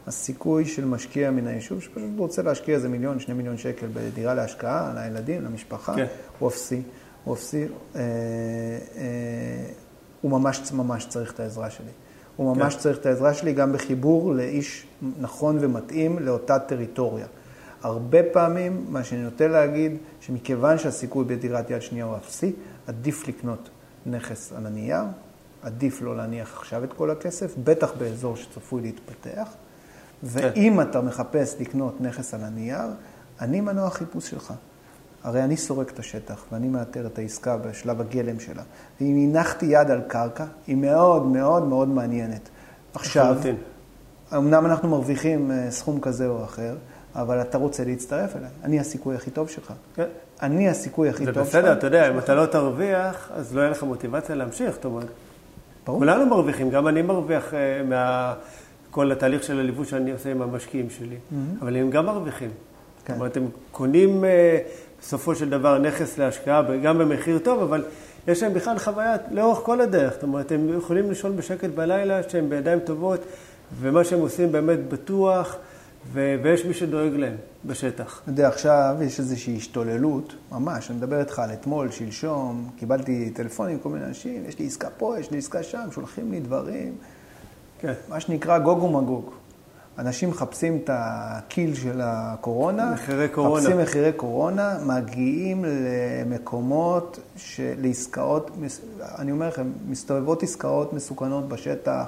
הסיכוי של משקיע מן היישוב, שפשוט רוצה להשקיע איזה מיליון, שני מיליון שקל בדירה להשקעה, לילדים, למשפחה, כן. הוא אפסי. הוא אפסי, אה, אה, הוא ממש, ממש צריך את העזרה שלי. הוא ממש כן. צריך את העזרה שלי גם בחיבור לאיש נכון ומתאים לאותה טריטוריה. הרבה פעמים, מה שאני נוטה להגיד, שמכיוון שהסיכוי בדירת יד שנייה הוא אפסי, עדיף לקנות נכס על הנייר, עדיף לא להניח עכשיו את כל הכסף, בטח באזור שצפוי להתפתח, ואם אתה מחפש לקנות נכס על הנייר, אני מנוע החיפוש שלך. הרי אני סורק את השטח, ואני מאתר את העסקה בשלב הגלם שלה. ואם הנחתי יד על קרקע, היא מאוד מאוד מאוד מעניינת. עכשיו, אמנם אנחנו מרוויחים סכום כזה או אחר, אבל אתה רוצה להצטרף אליי. אני הסיכוי הכי טוב שלך. כן. אני הסיכוי הכי טוב שלך. זה בסדר, אתה יודע, אם אתה לא תרוויח, אז לא יהיה לך מוטיבציה להמשיך, זאת אומרת. כולנו מרוויחים, גם אני מרוויח מכל התהליך של הליווי שאני עושה עם המשקיעים שלי, אבל הם גם מרוויחים. זאת אומרת, הם קונים בסופו של דבר נכס להשקעה, גם במחיר טוב, אבל יש להם בכלל חוויה לאורך כל הדרך. זאת אומרת, הם יכולים לישון בשקט בלילה, שהם בידיים טובות, ומה שהם עושים באמת בטוח, ויש מי שדואג להם בשטח. אתה יודע, עכשיו יש איזושהי השתוללות, ממש, אני מדבר איתך על אתמול, שלשום, קיבלתי טלפונים עם כל מיני אנשים, יש לי עסקה פה, יש לי עסקה שם, שולחים לי דברים. כן. מה שנקרא גוג ומגוג. אנשים מחפשים את הקיל של הקורונה, מחירי קורונה. מחפשים מחירי קורונה, מגיעים למקומות, של, לעסקאות, אני אומר לכם, מסתובבות עסקאות מסוכנות בשטח.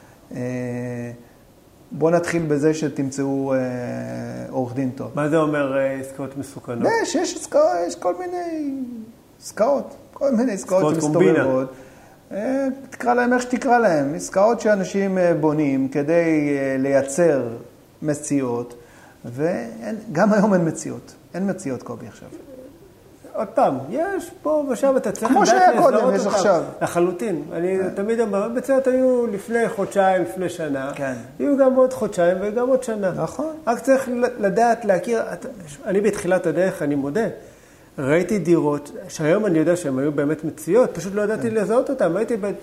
בואו נתחיל בזה שתמצאו עורך דין טוב. מה זה אומר עסקאות מסוכנות? יש, יש עסקאות, יש כל מיני עסקאות, כל מיני עסקאות שמסתובבות. תקרא להם איך שתקרא להם, עסקאות שאנשים בונים כדי לייצר מציאות, וגם היום אין מציאות, אין מציאות קובי עכשיו. עוד פעם, יש פה ושם אתה צריך... כמו שהיה קודם, יש עכשיו. לחלוטין. אני תמיד אומר, מציאות היו לפני חודשיים, לפני שנה. כן. יהיו גם עוד חודשיים וגם עוד שנה. נכון. רק צריך לדעת, להכיר... אני בתחילת הדרך, אני מודה. ראיתי דירות, שהיום אני יודע שהן היו באמת מציאות, פשוט לא ידעתי לזהות אותן. הייתי ב...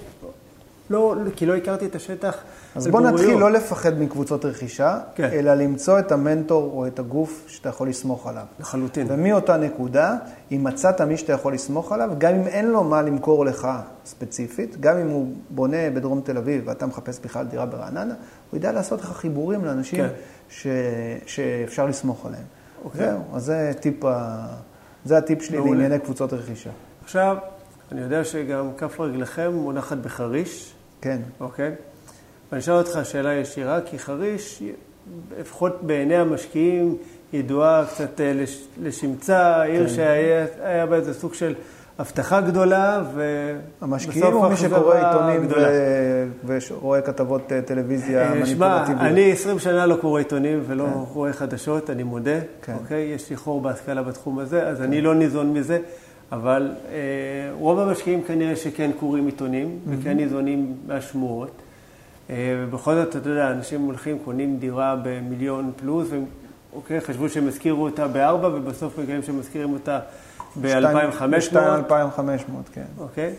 לא, כי לא הכרתי את השטח. אז בוא נתחיל לא לפחד מקבוצות רכישה, כן. אלא למצוא את המנטור או את הגוף שאתה יכול לסמוך עליו. לחלוטין. ומאותה נקודה, אם מצאת מי שאתה יכול לסמוך עליו, גם אם אין לו מה למכור לך ספציפית, גם אם הוא בונה בדרום תל אביב ואתה מחפש בכלל דירה ברעננה, הוא יודע לעשות לך חיבורים לאנשים כן. ש... שאפשר לסמוך עליהם. אוקיי. זהו, אז זה טיפ, ה... זה הטיפ שלי מעולה. לענייני קבוצות רכישה. עכשיו, אני יודע שגם כף רגלכם מונחת בחריש. כן. אוקיי? ואני אשאל אותך שאלה ישירה, כי חריש, לפחות בעיני המשקיעים, ידועה קצת לש, לשמצה, עיר כן. שהיה בה איזה סוג של הבטחה גדולה, המשקיעים הוא מי שקורא עיתונים ו... ורואה כתבות טלוויזיה מניפולטיביות. שמע, אני עשרים שנה לא קורא עיתונים ולא כן. רואה חדשות, אני מודה, כן. אוקיי? יש לי חור בהשכלה בתחום הזה, אז כן. אני לא ניזון מזה. אבל אה, רוב המשקיעים כנראה שכן קוראים עיתונים, mm-hmm. וכן ניזונים מהשמועות. אה, ובכל זאת, אתה יודע, אנשים הולכים, קונים דירה במיליון פלוס, ואוקיי, חשבו שהם הזכירו אותה בארבע, ובסוף מגיעים שהם מזכירים אותה ב-אלפיים וחמש מאות. אלפיים וחמש מאות, כן. אוקיי,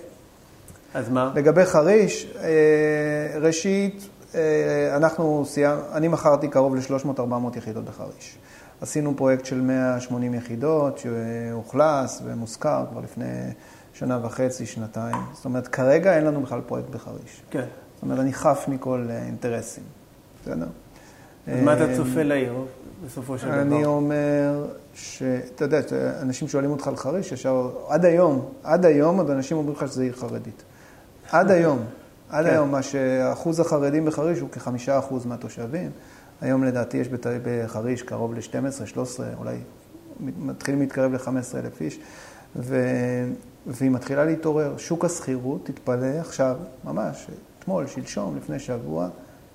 אז מה? לגבי חריש, אה, ראשית, אה, אנחנו סיימ... אני מכרתי קרוב ל-שלוש מאות ארבע מאות יחידות בחריש. עשינו פרויקט של מאה ושמונים יחידות שהוכלס ומוזכר כבר לפני שנה וחצי, שנתיים. זאת אומרת, כרגע אין לנו בכלל פרויקט בחריש. כן. זאת אומרת, אני חף מכל אינטרסים. בסדר? אז מה אתה צופה לעיר בסופו של דבר? אני אומר שאתה יודע, אנשים שואלים אותך על חריש, ישר, עד היום, עד היום, עוד אנשים אומרים לך שזה עיר חרדית. עד היום, עד היום, מה שאחוז החרדים בחריש הוא כחמישה אחוז מהתושבים. היום לדעתי יש בחריש קרוב ל-שתים עשרה, שלוש עשרה, אולי מתחילים להתקרב ל-חמישה עשר אלף איש, ו... והיא מתחילה להתעורר. שוק הסחירות, תתפלא עכשיו, ממש, אתמול, שלשום, לפני שבוע,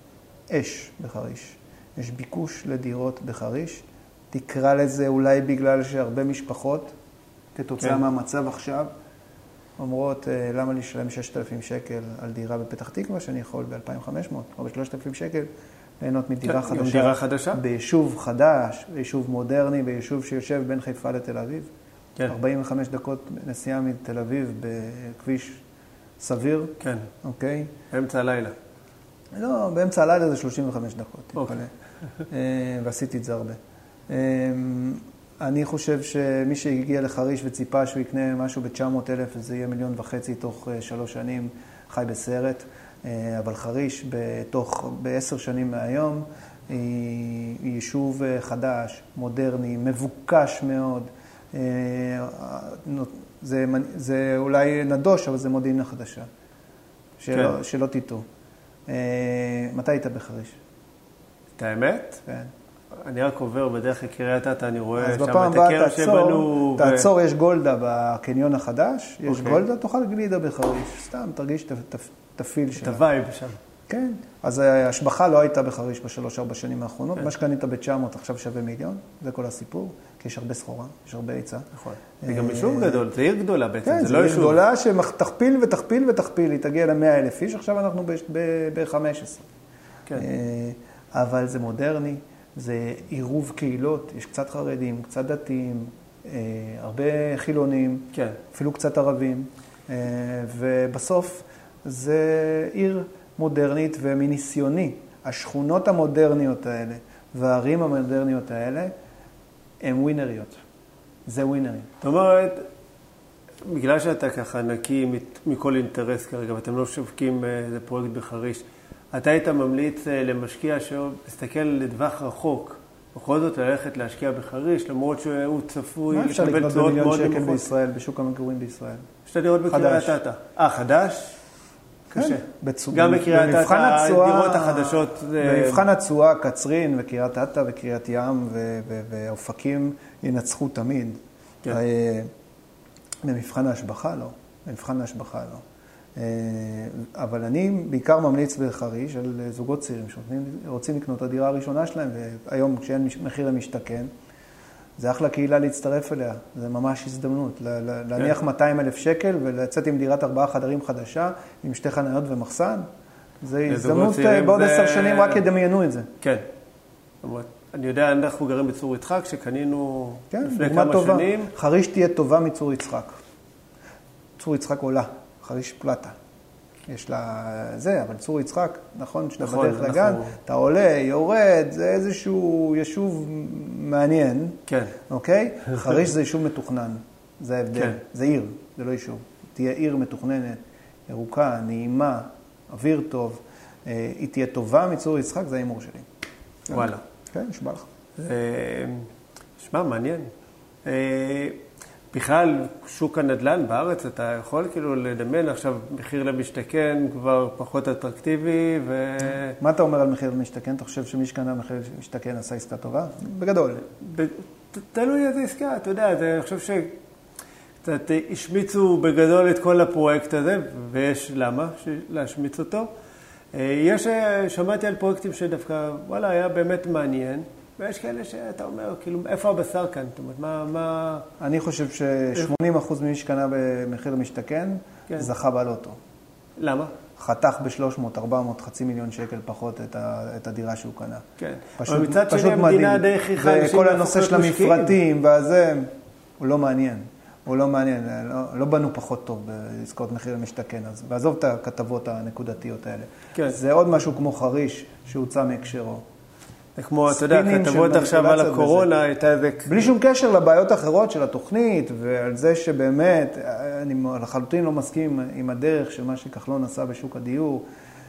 אש בחריש. יש ביקוש לדירות בחריש. תקרא לזה אולי בגלל שהרבה משפחות, כתוצאה כן. מהמצב עכשיו, אומרות, למה לשלם שישת אלפים שקל על דירה בפתח תקווה, שאני יכול ב-אלפיים וחמש מאות או ב-שלושת אלפים שקל, ליהנות מדירה חדשה. דירה חדשה? ביישוב חדש, ביישוב מודרני, ביישוב שיושב בין חיפה לתל אביב. כן. ארבעים וחמש דקות נסיעה מתל אביב בכביש סביר. כן. אוקיי? באמצע הלילה. לא, באמצע הלילה זה שלושים וחמש דקות. אוקיי. ועשיתי את זה הרבה. אני חושב שמי שהגיע לחריש וציפה שהוא יקנה משהו ב-תשע מאות אלף, זה יהיה מיליון וחצי תוך שלוש שנים, חי בסרט. אבל חריש בתוך, בעשר שנים מהיום, היא יישוב חדש, מודרני, מבוקש מאוד. זה, זה אולי נדוש, אבל זה מודיעין החדשה. שלא, כן. שלא תיתו. מתי היית בחריש? את האמת? כן. אני רק עובר בדרך לקריית אתא, אני רואה שם את הקרן שבנו... ו... תעצור, יש גולדה בקניון החדש, יש okay. גולדה, תאכל גלידה בחריש. סתם, תרגיש את התפיל שלה. את הווייב שם. כן. אז ההשבחה לא הייתה בחריש בשלוש ארבע שנים האחרונות. כן. מה שקנית ב-תשע מאות עכשיו שווה מיליון, זה כל הסיפור, כי יש הרבה סחורה, יש הרבה היצע. נכון. זה גם יישוב גדול, זה עיר גדולה בעצם, כן, זה לא יישוב. זה עיר גדולה שתכפיל ותכפיל ותכפיל, היא תגיע ל-מאה אלף איש, עכשיו אנחנו ב-חמש עשרה. כן. אבל זה מודרני. זה עירוב קהילות, יש קצת חרדים, קצת דתיים, אה, הרבה חילונים, כן. אפילו קצת ערבים, אה, ובסוף זה עיר מודרנית ומניסיוני. השכונות המודרניות האלה והערים המודרניות האלה הן ווינריות. זה ווינרים. זאת אומרת, בגלל שאתה ככה נקי מכל אינטרס כרגע, ואתם לא שווקים איזה פרויקט בחריש, אתה היית ממליץ למשקיע שמסתכל לטווח רחוק, בכל זאת ללכת להשקיע בחריש, למרות שהוא צפוי לקבל תשואות מאוד נמוכות. מה אפשר לקנות במיליון שקל בישראל, בשוק המגורים בישראל? יש לך דירות בקריית אתא. אה, חדש? קשה. בצ... גם בקריית אתא, הדירות החדשות... במבחן התשואה, קצרין וקריית אתא וקריית ים ו... ו... ואופקים ינצחו תמיד. כן. במבחן ההשבחה לא. במבחן ההשבחה לא. אבל אני בעיקר ממליץ בחריש על זוגות צעירים שרוצים לקנות את הדירה הראשונה שלהם, והיום כשאין מחיר למשתכן, זה אחלה קהילה להצטרף אליה, זה ממש הזדמנות, להניח מאתיים אלף שקל ולצאת עם דירת ארבעה חדרים חדשה, עם שתי חניות ומחסן, זה הזדמנות בעוד עשר שנים רק ידמיינו את זה. כן, אני יודע, אנחנו גרים בצור יצחק, שקנינו לפני כמה שנים. חריש תהיה טובה מצור יצחק. צור יצחק עולה. חריש פלטה. יש לה זה, אבל צור יצחק, נכון, שאתה נכון, בדרך לגן, אנחנו... אתה עולה, יורד, זה איזשהו יישוב מעניין. כן. אוקיי? חריש זה יישוב מתוכנן. זה ההבדל. כן. זה עיר, זה לא יישוב. תהיה עיר מתוכננת, ירוקה, נעימה, אוויר טוב. היא תהיה טובה מצור יצחק, זה ההימור שלי. וואלה. כן, נשמע לך. נשמע, מעניין. בכלל, שוק הנדל"ן בארץ, אתה יכול כאילו לדמיין עכשיו מחיר למשתכן כבר פחות אטרקטיבי ו... מה אתה אומר על מחיר למשתכן? אתה חושב שמי שקנה מחיר למשתכן עשה עסקה טובה? בגדול. תלוי איזה עסקה, אתה יודע, אני חושב שקצת השמיצו בגדול את כל הפרויקט הזה, ויש למה להשמיץ אותו. יש, שמעתי על פרויקטים שדווקא, וואלה, היה באמת מעניין. ויש כאלה שאתה אומר, כאילו, איפה הבשר כאן? זאת אומרת, מה... מה... אני חושב ש-שמונים אחוז ממי שקנה במחיר למשתכן, כן. זכה בלוטו. למה? חתך ב-שלוש מאות ארבע מאות, חצי מיליון שקל פחות את, ה, את הדירה שהוא קנה. כן. פשוט, אבל מצד שני המדינה די חיכה... וכל הנושא של המפרטים והזה, הוא לא מעניין. הוא לא מעניין. לא, לא בנו פחות טוב בעסקאות מחיר למשתכן. אז ועזוב את הכתבות הנקודתיות האלה. כן. זה עוד משהו כמו חריש שהוצא מהקשרו. כמו, אתה יודע, כתבות עכשיו על הקורונה, הייתה איזה... בלי שום קשר לבעיות האחרות של התוכנית, ועל זה שבאמת, אני לחלוטין לא מסכים עם הדרך של מה שכחלון עשה בשוק הדיור,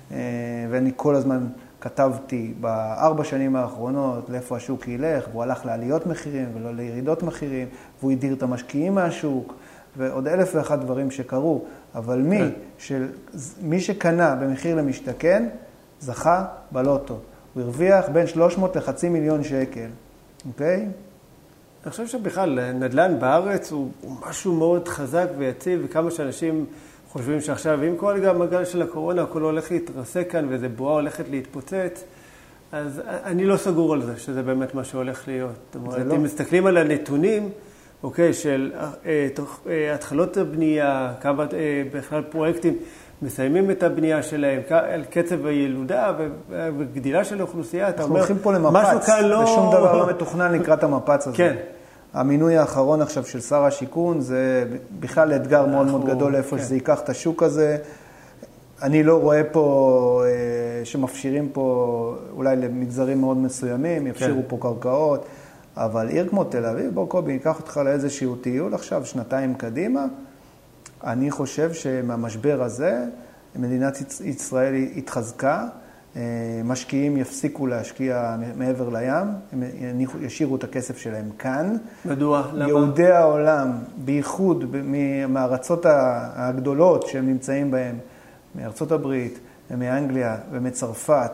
ואני כל הזמן כתבתי בארבע שנים האחרונות לאיפה השוק ילך, והוא הלך לעליות מחירים ולא לירידות מחירים, והוא הדיר את המשקיעים מהשוק, ועוד אלף ואחת דברים שקרו, אבל מי, של, מי שקנה במחיר למשתכן, זכה בלוטו. הוא הרוויח בין שלוש מאות לחצי מיליון שקל, אוקיי? אני חושב שבכלל, נדל"ן בארץ הוא, הוא משהו מאוד חזק ויציב, וכמה שאנשים חושבים שעכשיו, אם כל גם הגל של הקורונה, הכל הולך להתרסק כאן, ואיזה בועה הולכת להתפוצץ, אז אני לא סגור על זה, שזה באמת מה שהולך להיות. זאת אומרת, אם לא. מסתכלים על הנתונים, אוקיי, של אה, תוך, אה, התחלות הבנייה, כמה אה, בכלל פרויקטים, מסיימים את הבנייה שלהם, על קצב הילודה וגדילה של האוכלוסייה, אתה אומר, אנחנו הולכים פה למפץ, לא... ושום דבר לא מתוכנן לקראת המפץ הזה. כן. המינוי האחרון עכשיו של שר השיכון, זה בכלל אתגר מאוד מאוד גדול איפה שזה ייקח את השוק הזה. אני לא רואה פה שמפשירים פה אולי למגזרים מאוד מסוימים, יפשירו פה קרקעות, אבל עיר כמו תל אביב, בוא קובי, ניקח אותך לאיזשהו טיול עכשיו, שנתיים קדימה, אני חושב שמהמשבר הזה, מדינת ישראל התחזקה, משקיעים יפסיקו להשקיע מעבר לים, הם ישאירו את הכסף שלהם כאן. מדוע? למה? יהודי העולם, בייחוד מהארצות הגדולות שהם נמצאים בהם, מארצות הברית ומאנגליה ומצרפת,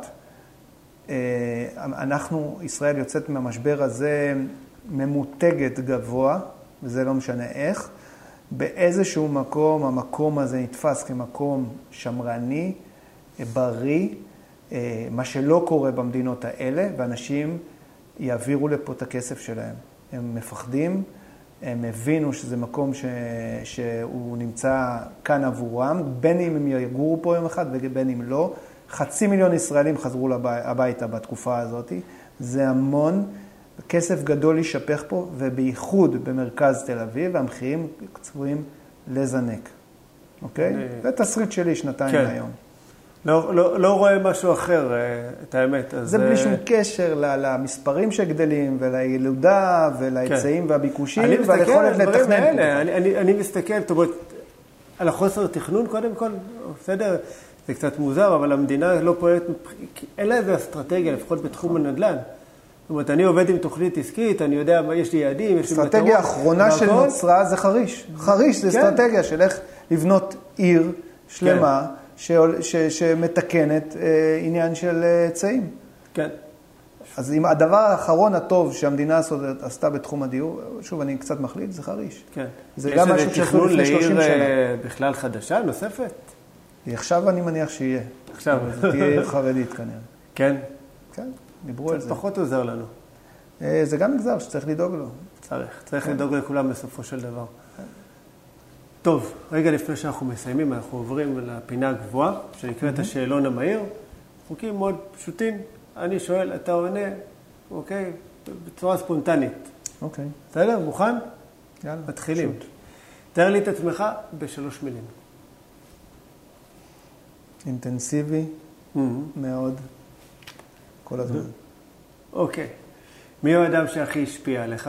אנחנו, ישראל יוצאת מהמשבר הזה ממותגת גבוה, וזה לא משנה איך. באיזשהו מקום, המקום הזה נתפס כמקום שמרני, בריא, מה שלא קורה במדינות האלה, ואנשים יעבירו לפה את הכסף שלהם. הם מפחדים, הם הבינו שזה מקום ש... שהוא נמצא כאן עבורם, בין אם הם יגורו פה יום אחד ובין אם לא. חצי מיליון ישראלים חזרו הביתה בתקופה הזאת. זה המון, כסף גדול יישפך פה, ובייחוד במרכז תל אביב, והמחירים צפויים לזנק. אוקיי? זה תסריט שלי שנתיים כן. היום. לא, לא, לא רואה משהו אחר, את האמת. זה בלי שום קשר למספרים שגדלים, ולילודה, ולהיצעים והביקושים, והיכולת לתכנן פה. אני, אני, אני מסתכל, זאת אומרת, על החוסר תכנון קודם כל, בסדר, זה קצת מוזר, אבל המדינה לא פועלת, אין לה איזו אסטרטגיה, לפחות בתחום הנדל"ן. זאת אומרת, אני עובד עם תוכנית עסקית, אני יודע, יש לי יעדים, יש לי מטרות. אסטרטגיה האחרונה של נוצרה זה חריש. חריש זה אסטרטגיה של איך לבנות עיר שלמה, ש... ש... שמתקנת אה, עניין של אה, צעים. כן. אז אם הדבר האחרון הטוב שהמדינה עשתה בתחום הדיור, שוב, אני קצת מחליט, זה חריש. כן. זה גם משהו שעשו לפני שלושים שנה. יש איזה תכנון לעיר בכלל חדשה, נוספת? עכשיו אני מניח שיהיה. עכשיו. זה תהיה עיר חרדית כנראה. כן? כן, דיברו על זה. פחות עוזר לנו. זה גם מגזר שצריך לדאוג לו. צריך, צריך לדאוג לכולם בסופו של דבר. טוב, רגע לפני שאנחנו מסיימים, אנחנו עוברים לפינה הגבוהה, שנקראת השאלון המהיר. חוקים מאוד פשוטים. אני שואל, אתה עונה, אוקיי? בצורה ספונטנית. אוקיי. בסדר? מוכן? יאללה. מתחילים. תאר לי את עצמך בשלוש מילים. אינטנסיבי, מאוד, כל הזמן. אוקיי. מי הוא האדם שהכי השפיע עליך?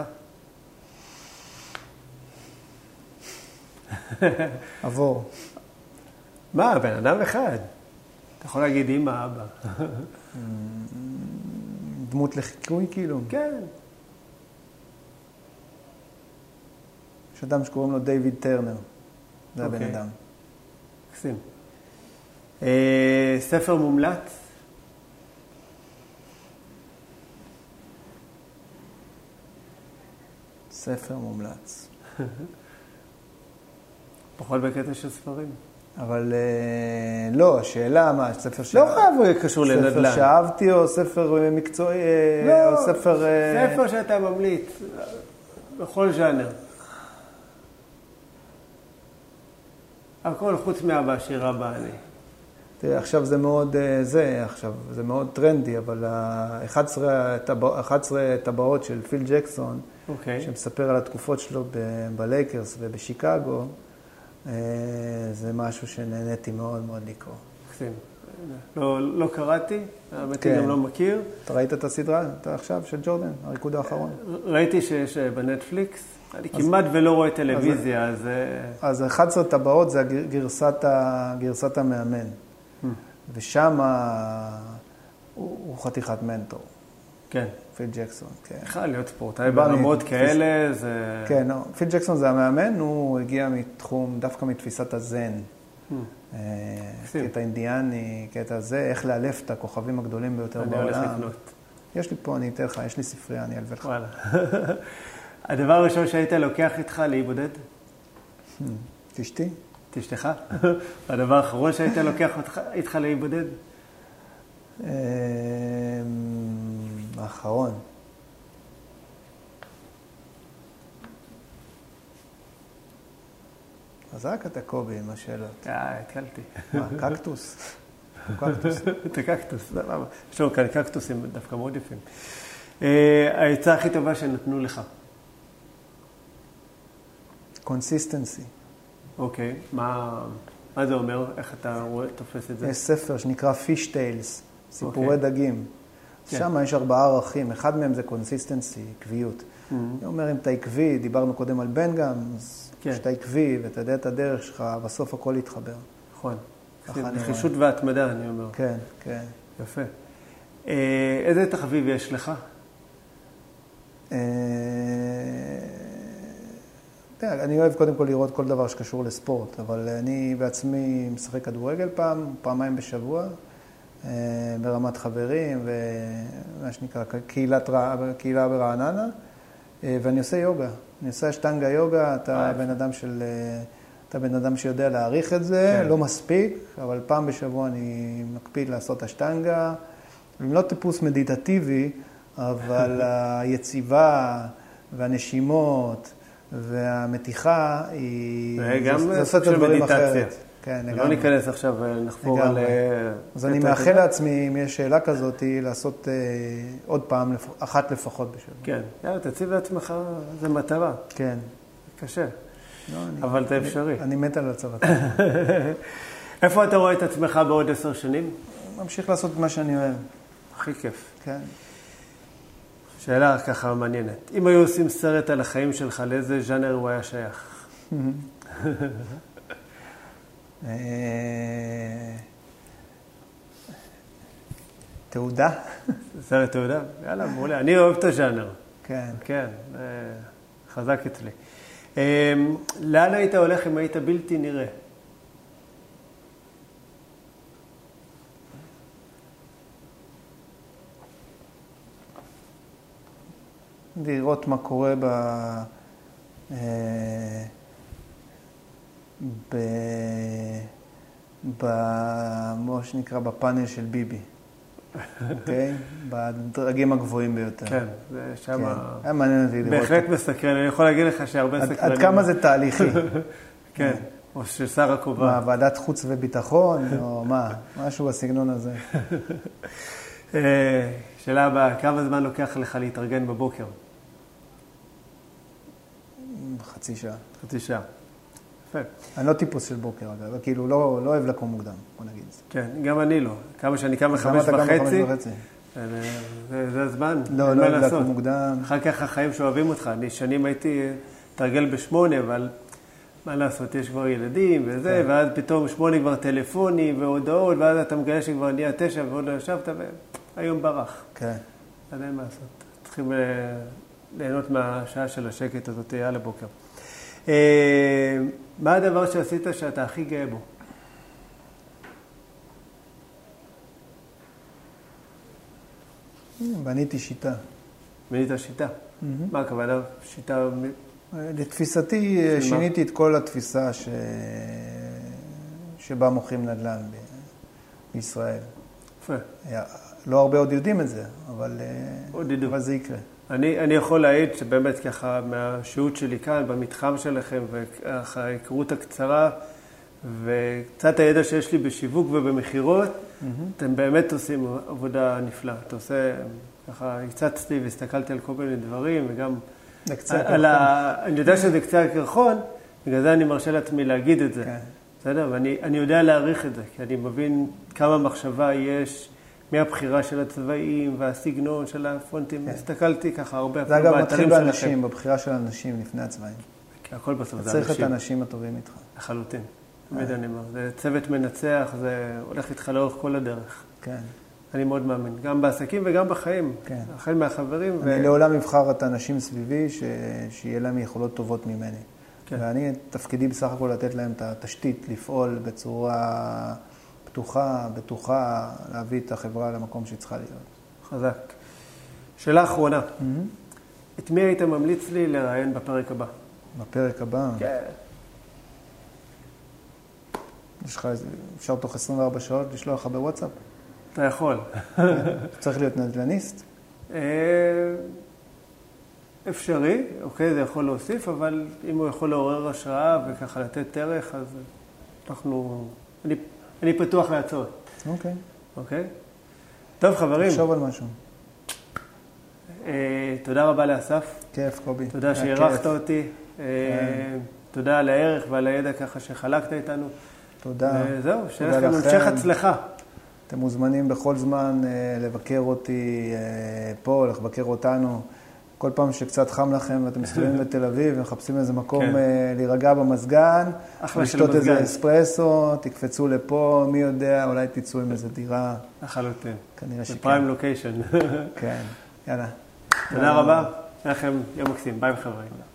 עבור. מה, בן אדם אחד. אתה יכול להגיד אמא, אבא. דמות לחיקוי כאילו? כן. יש אדם שקוראים לו דיוויד טרנר. זה הבן אדם. מקסים. ספר מומלץ? ספר מומלץ. פחות בקטע של ספרים. אבל לא, השאלה מה, ספר שאהבתי. לא חייב קשור לנדל"ן. ספר שאהבתי או ספר מקצועי, או ספר... ספר שאתה ממליץ, בכל ז'אנר. הכל חוץ מאבא שירה בעלי. תראה, עכשיו זה מאוד, זה, עכשיו, זה מאוד טרנדי, אבל ה-אחת עשרה טבעות של פיל ג'קסון, okay. שמספר על התקופות שלו בלייקרס ובשיקגו, זה משהו שנהניתי מאוד מאוד לקרוא. מקסים. לא, לא קראתי, האמת כן. גם לא מכיר. אתה ראית את הסדרה, אתה עכשיו, של ג'ורדן, הריקוד האחרון? ראיתי שיש בנטפליקס. אני אז, כמעט ולא רואה טלוויזיה, אז... אז אחת עשרה טבעות זה גרסת, גרסת המאמן. Hmm. ושם הוא, הוא חתיכת מנטור. כן. פיל ג'קסון, כן. בכלל להיות ספורטאי ברמות כאלה, זה... כן, לא. פיל ג'קסון זה המאמן, הוא הגיע מתחום, דווקא מתפיסת הזן. Hmm. קטע אינדיאני, קטע זה, איך לאלף את הכוכבים הגדולים ביותר אני בעולם. אני הולך לקנות. יש לי פה, אני אתן לך, יש לי ספרייה, אני אלווה לך. וואלה. הדבר הראשון שהיית לוקח איתך לאי בודד? תשתי. תשתך? הדבר האחרון שהיית לוקח איתך לאי בודד? האחרון. חזק אתה קובי עם השאלות. אה, התקלתי. מה, קקטוס? קקטוס. את הקקטוס, זה למה? יש לנו כאן קקטוסים דווקא מאוד יפים. העצה הכי טובה שנתנו לך? קונסיסטנסי. אוקיי, מה... מה זה אומר? איך אתה רואה, תופס את זה? יש ספר שנקרא Fish Tales, סיפורי אוקיי. דגים. כן. שם יש ארבעה ערכים, אחד מהם זה consistency, עקביות. Mm-hmm. אני אומר, אם אתה עקבי, דיברנו קודם על בן גם, אז כן. כשאתה עקבי ואתה יודע את הדרך שלך, בסוף הכל יתחבר. נכון. ככה אני נחישות והתמדה, אני אומר. כן, כן. יפה. אה, איזה תחביב יש לך? אה, תראה, אני אוהב קודם כל לראות כל דבר שקשור לספורט, אבל אני בעצמי משחק כדורגל פעם, פעמיים בשבוע, אה, ברמת חברים, ומה שנקרא קהילת, קהילה ברעננה, אה, ואני עושה יוגה. אני עושה שטנגה יוגה, אתה בן אדם של... אתה בן אדם שיודע להעריך את זה, כן. לא מספיק, אבל פעם בשבוע אני מקפיד לעשות השטנגה. אני לא טיפוס מדיטטיבי, אבל היציבה והנשימות והמתיחה היא... וגם סוג של מדיטציה. כן, לא ניכנס עכשיו ונחפור על... אז אני מאחל לעצמי, אם יש שאלה כזאת, לעשות עוד פעם, אחת לפחות בשבוע. כן, תציב לעצמך, זה מטרה. כן. קשה. לא, אני, אבל זה אפשרי. אני, אני מת על הצוות. איפה אתה רואה את עצמך בעוד עשר שנים? ממשיך לעשות את מה שאני אוהב. הכי כיף. כן. שאלה ככה מעניינת. אם היו עושים סרט על החיים שלך, לאיזה ז'אנר הוא היה שייך? תעודה. סרט תעודה? יאללה, מעולה. אני אוהב את הז'אנר. כן. כן, חזק אצלי. לאן היית הולך אם היית בלתי נראה? לראות מה קורה ב... ב... ב... מה שנקרא בפאנל של ביבי. אוקיי? בדרגים הגבוהים ביותר. כן, זה שם... היה מעניין אותי לראות. בהחלט מסקרן, אני יכול להגיד לך שהרבה סקרנים... עד כמה זה תהליכי. כן, או של שר הקובה. מה, ועדת חוץ וביטחון, או מה? משהו בסגנון הזה. שאלה הבאה, כמה זמן לוקח לך להתארגן בבוקר? חצי שעה. חצי שעה. יפה. אני לא טיפוס של בוקר, אגב. כאילו, לא, לא אוהב לקום מוקדם, בוא נגיד. כן, גם אני לא. כמה שאני קם בחמש וחצי. זה, זה הזמן. לא, לא אוהב לקום מוקדם. אחר כך החיים שאוהבים אותך. אני שנים הייתי תרגל בשמונה, אבל מה לעשות, יש כבר ילדים וזה, כן. ואז פתאום שמונה כבר טלפונים והודעות, ואז אתה מגלה שכבר נהיה תשע ועוד לא ישבת, והיום ברח. כן. אז אין מה לעשות. צריכים ליהנות מהשעה של השקט הזאת על הבוקר. מה הדבר שעשית שאתה הכי גאה בו? בניתי שיטה. בנית שיטה? מה הכוונה? שיטה... לתפיסתי שיניתי את כל התפיסה ש... שבה מוכרים נדל"ן בישראל. יפה. לא הרבה עוד יודעים את זה, אבל, אבל זה יקרה. אני, אני יכול להעיד שבאמת ככה מהשהות שלי כאן, במתחם שלכם, וככה ההיכרות הקצרה, וקצת הידע שיש לי בשיווק ובמחירות, mm-hmm. אתם באמת עושים עבודה נפלאה. אתה עושה, ככה הצצתי והסתכלתי על כל מיני דברים, וגם על ה... אני יודע שזה קצה הקרחון, בגלל זה אני מרשה לעצמי להגיד את זה. כן. בסדר? ואני אני יודע להעריך את זה, כי אני מבין כמה מחשבה יש, מהבחירה של הצבעים והסגנון של הפונטים. הסתכלתי ככה הרבה. זה אגב מתחיל באנשים, בבחירה של אנשים לפני הצבעים. כי הכל בסוף זה אנשים. צריך את האנשים הטובים איתך. לחלוטין. תמיד אני אומר. זה צוות מנצח, זה הולך איתך לאורך כל הדרך. כן. אני מאוד מאמין. גם בעסקים וגם בחיים. כן. החל מהחברים. אני לעולם מבחר את האנשים סביבי שיהיה להם יכולות טובות ממני. ואני תפקידי בסך הכל לתת להם את התשתית, לפעול בצורה... פתוחה, בטוחה, להביא את החברה למקום שהיא צריכה להיות. חזק. שאלה אחרונה. Mm-hmm. את מי היית ממליץ לי לראיין בפרק הבא? בפרק הבא? כן. יש לך, אפשר תוך עשרים וארבע שעות לשלוח לך בוואטסאפ? אתה יכול. צריך להיות נדל"ניסט? אפשרי, אוקיי, זה יכול להוסיף, אבל אם הוא יכול לעורר השראה וככה לתת ערך, אז אנחנו... אני... אני פתוח להצעות. אוקיי. אוקיי? טוב, חברים. תחשוב על משהו. תודה רבה לאסף. כיף, קובי. תודה שהערכת אותי. תודה על הערך ועל הידע ככה שחלקת איתנו. תודה. וזהו, שיהיה לכם המשך הצלחה. אתם מוזמנים בכל זמן לבקר אותי פה, לבקר אותנו. כל פעם שקצת חם לכם ואתם מסתובבים בתל אביב ומחפשים איזה מקום להירגע במזגן, לשתות איזה אספרסו, תקפצו לפה, מי יודע, אולי תצאו עם איזה דירה. לחלוטין. כנראה שכן. בפריים לוקיישן. כן, יאללה. תודה רבה. היה לכם יום מקסים. ביי וחברים.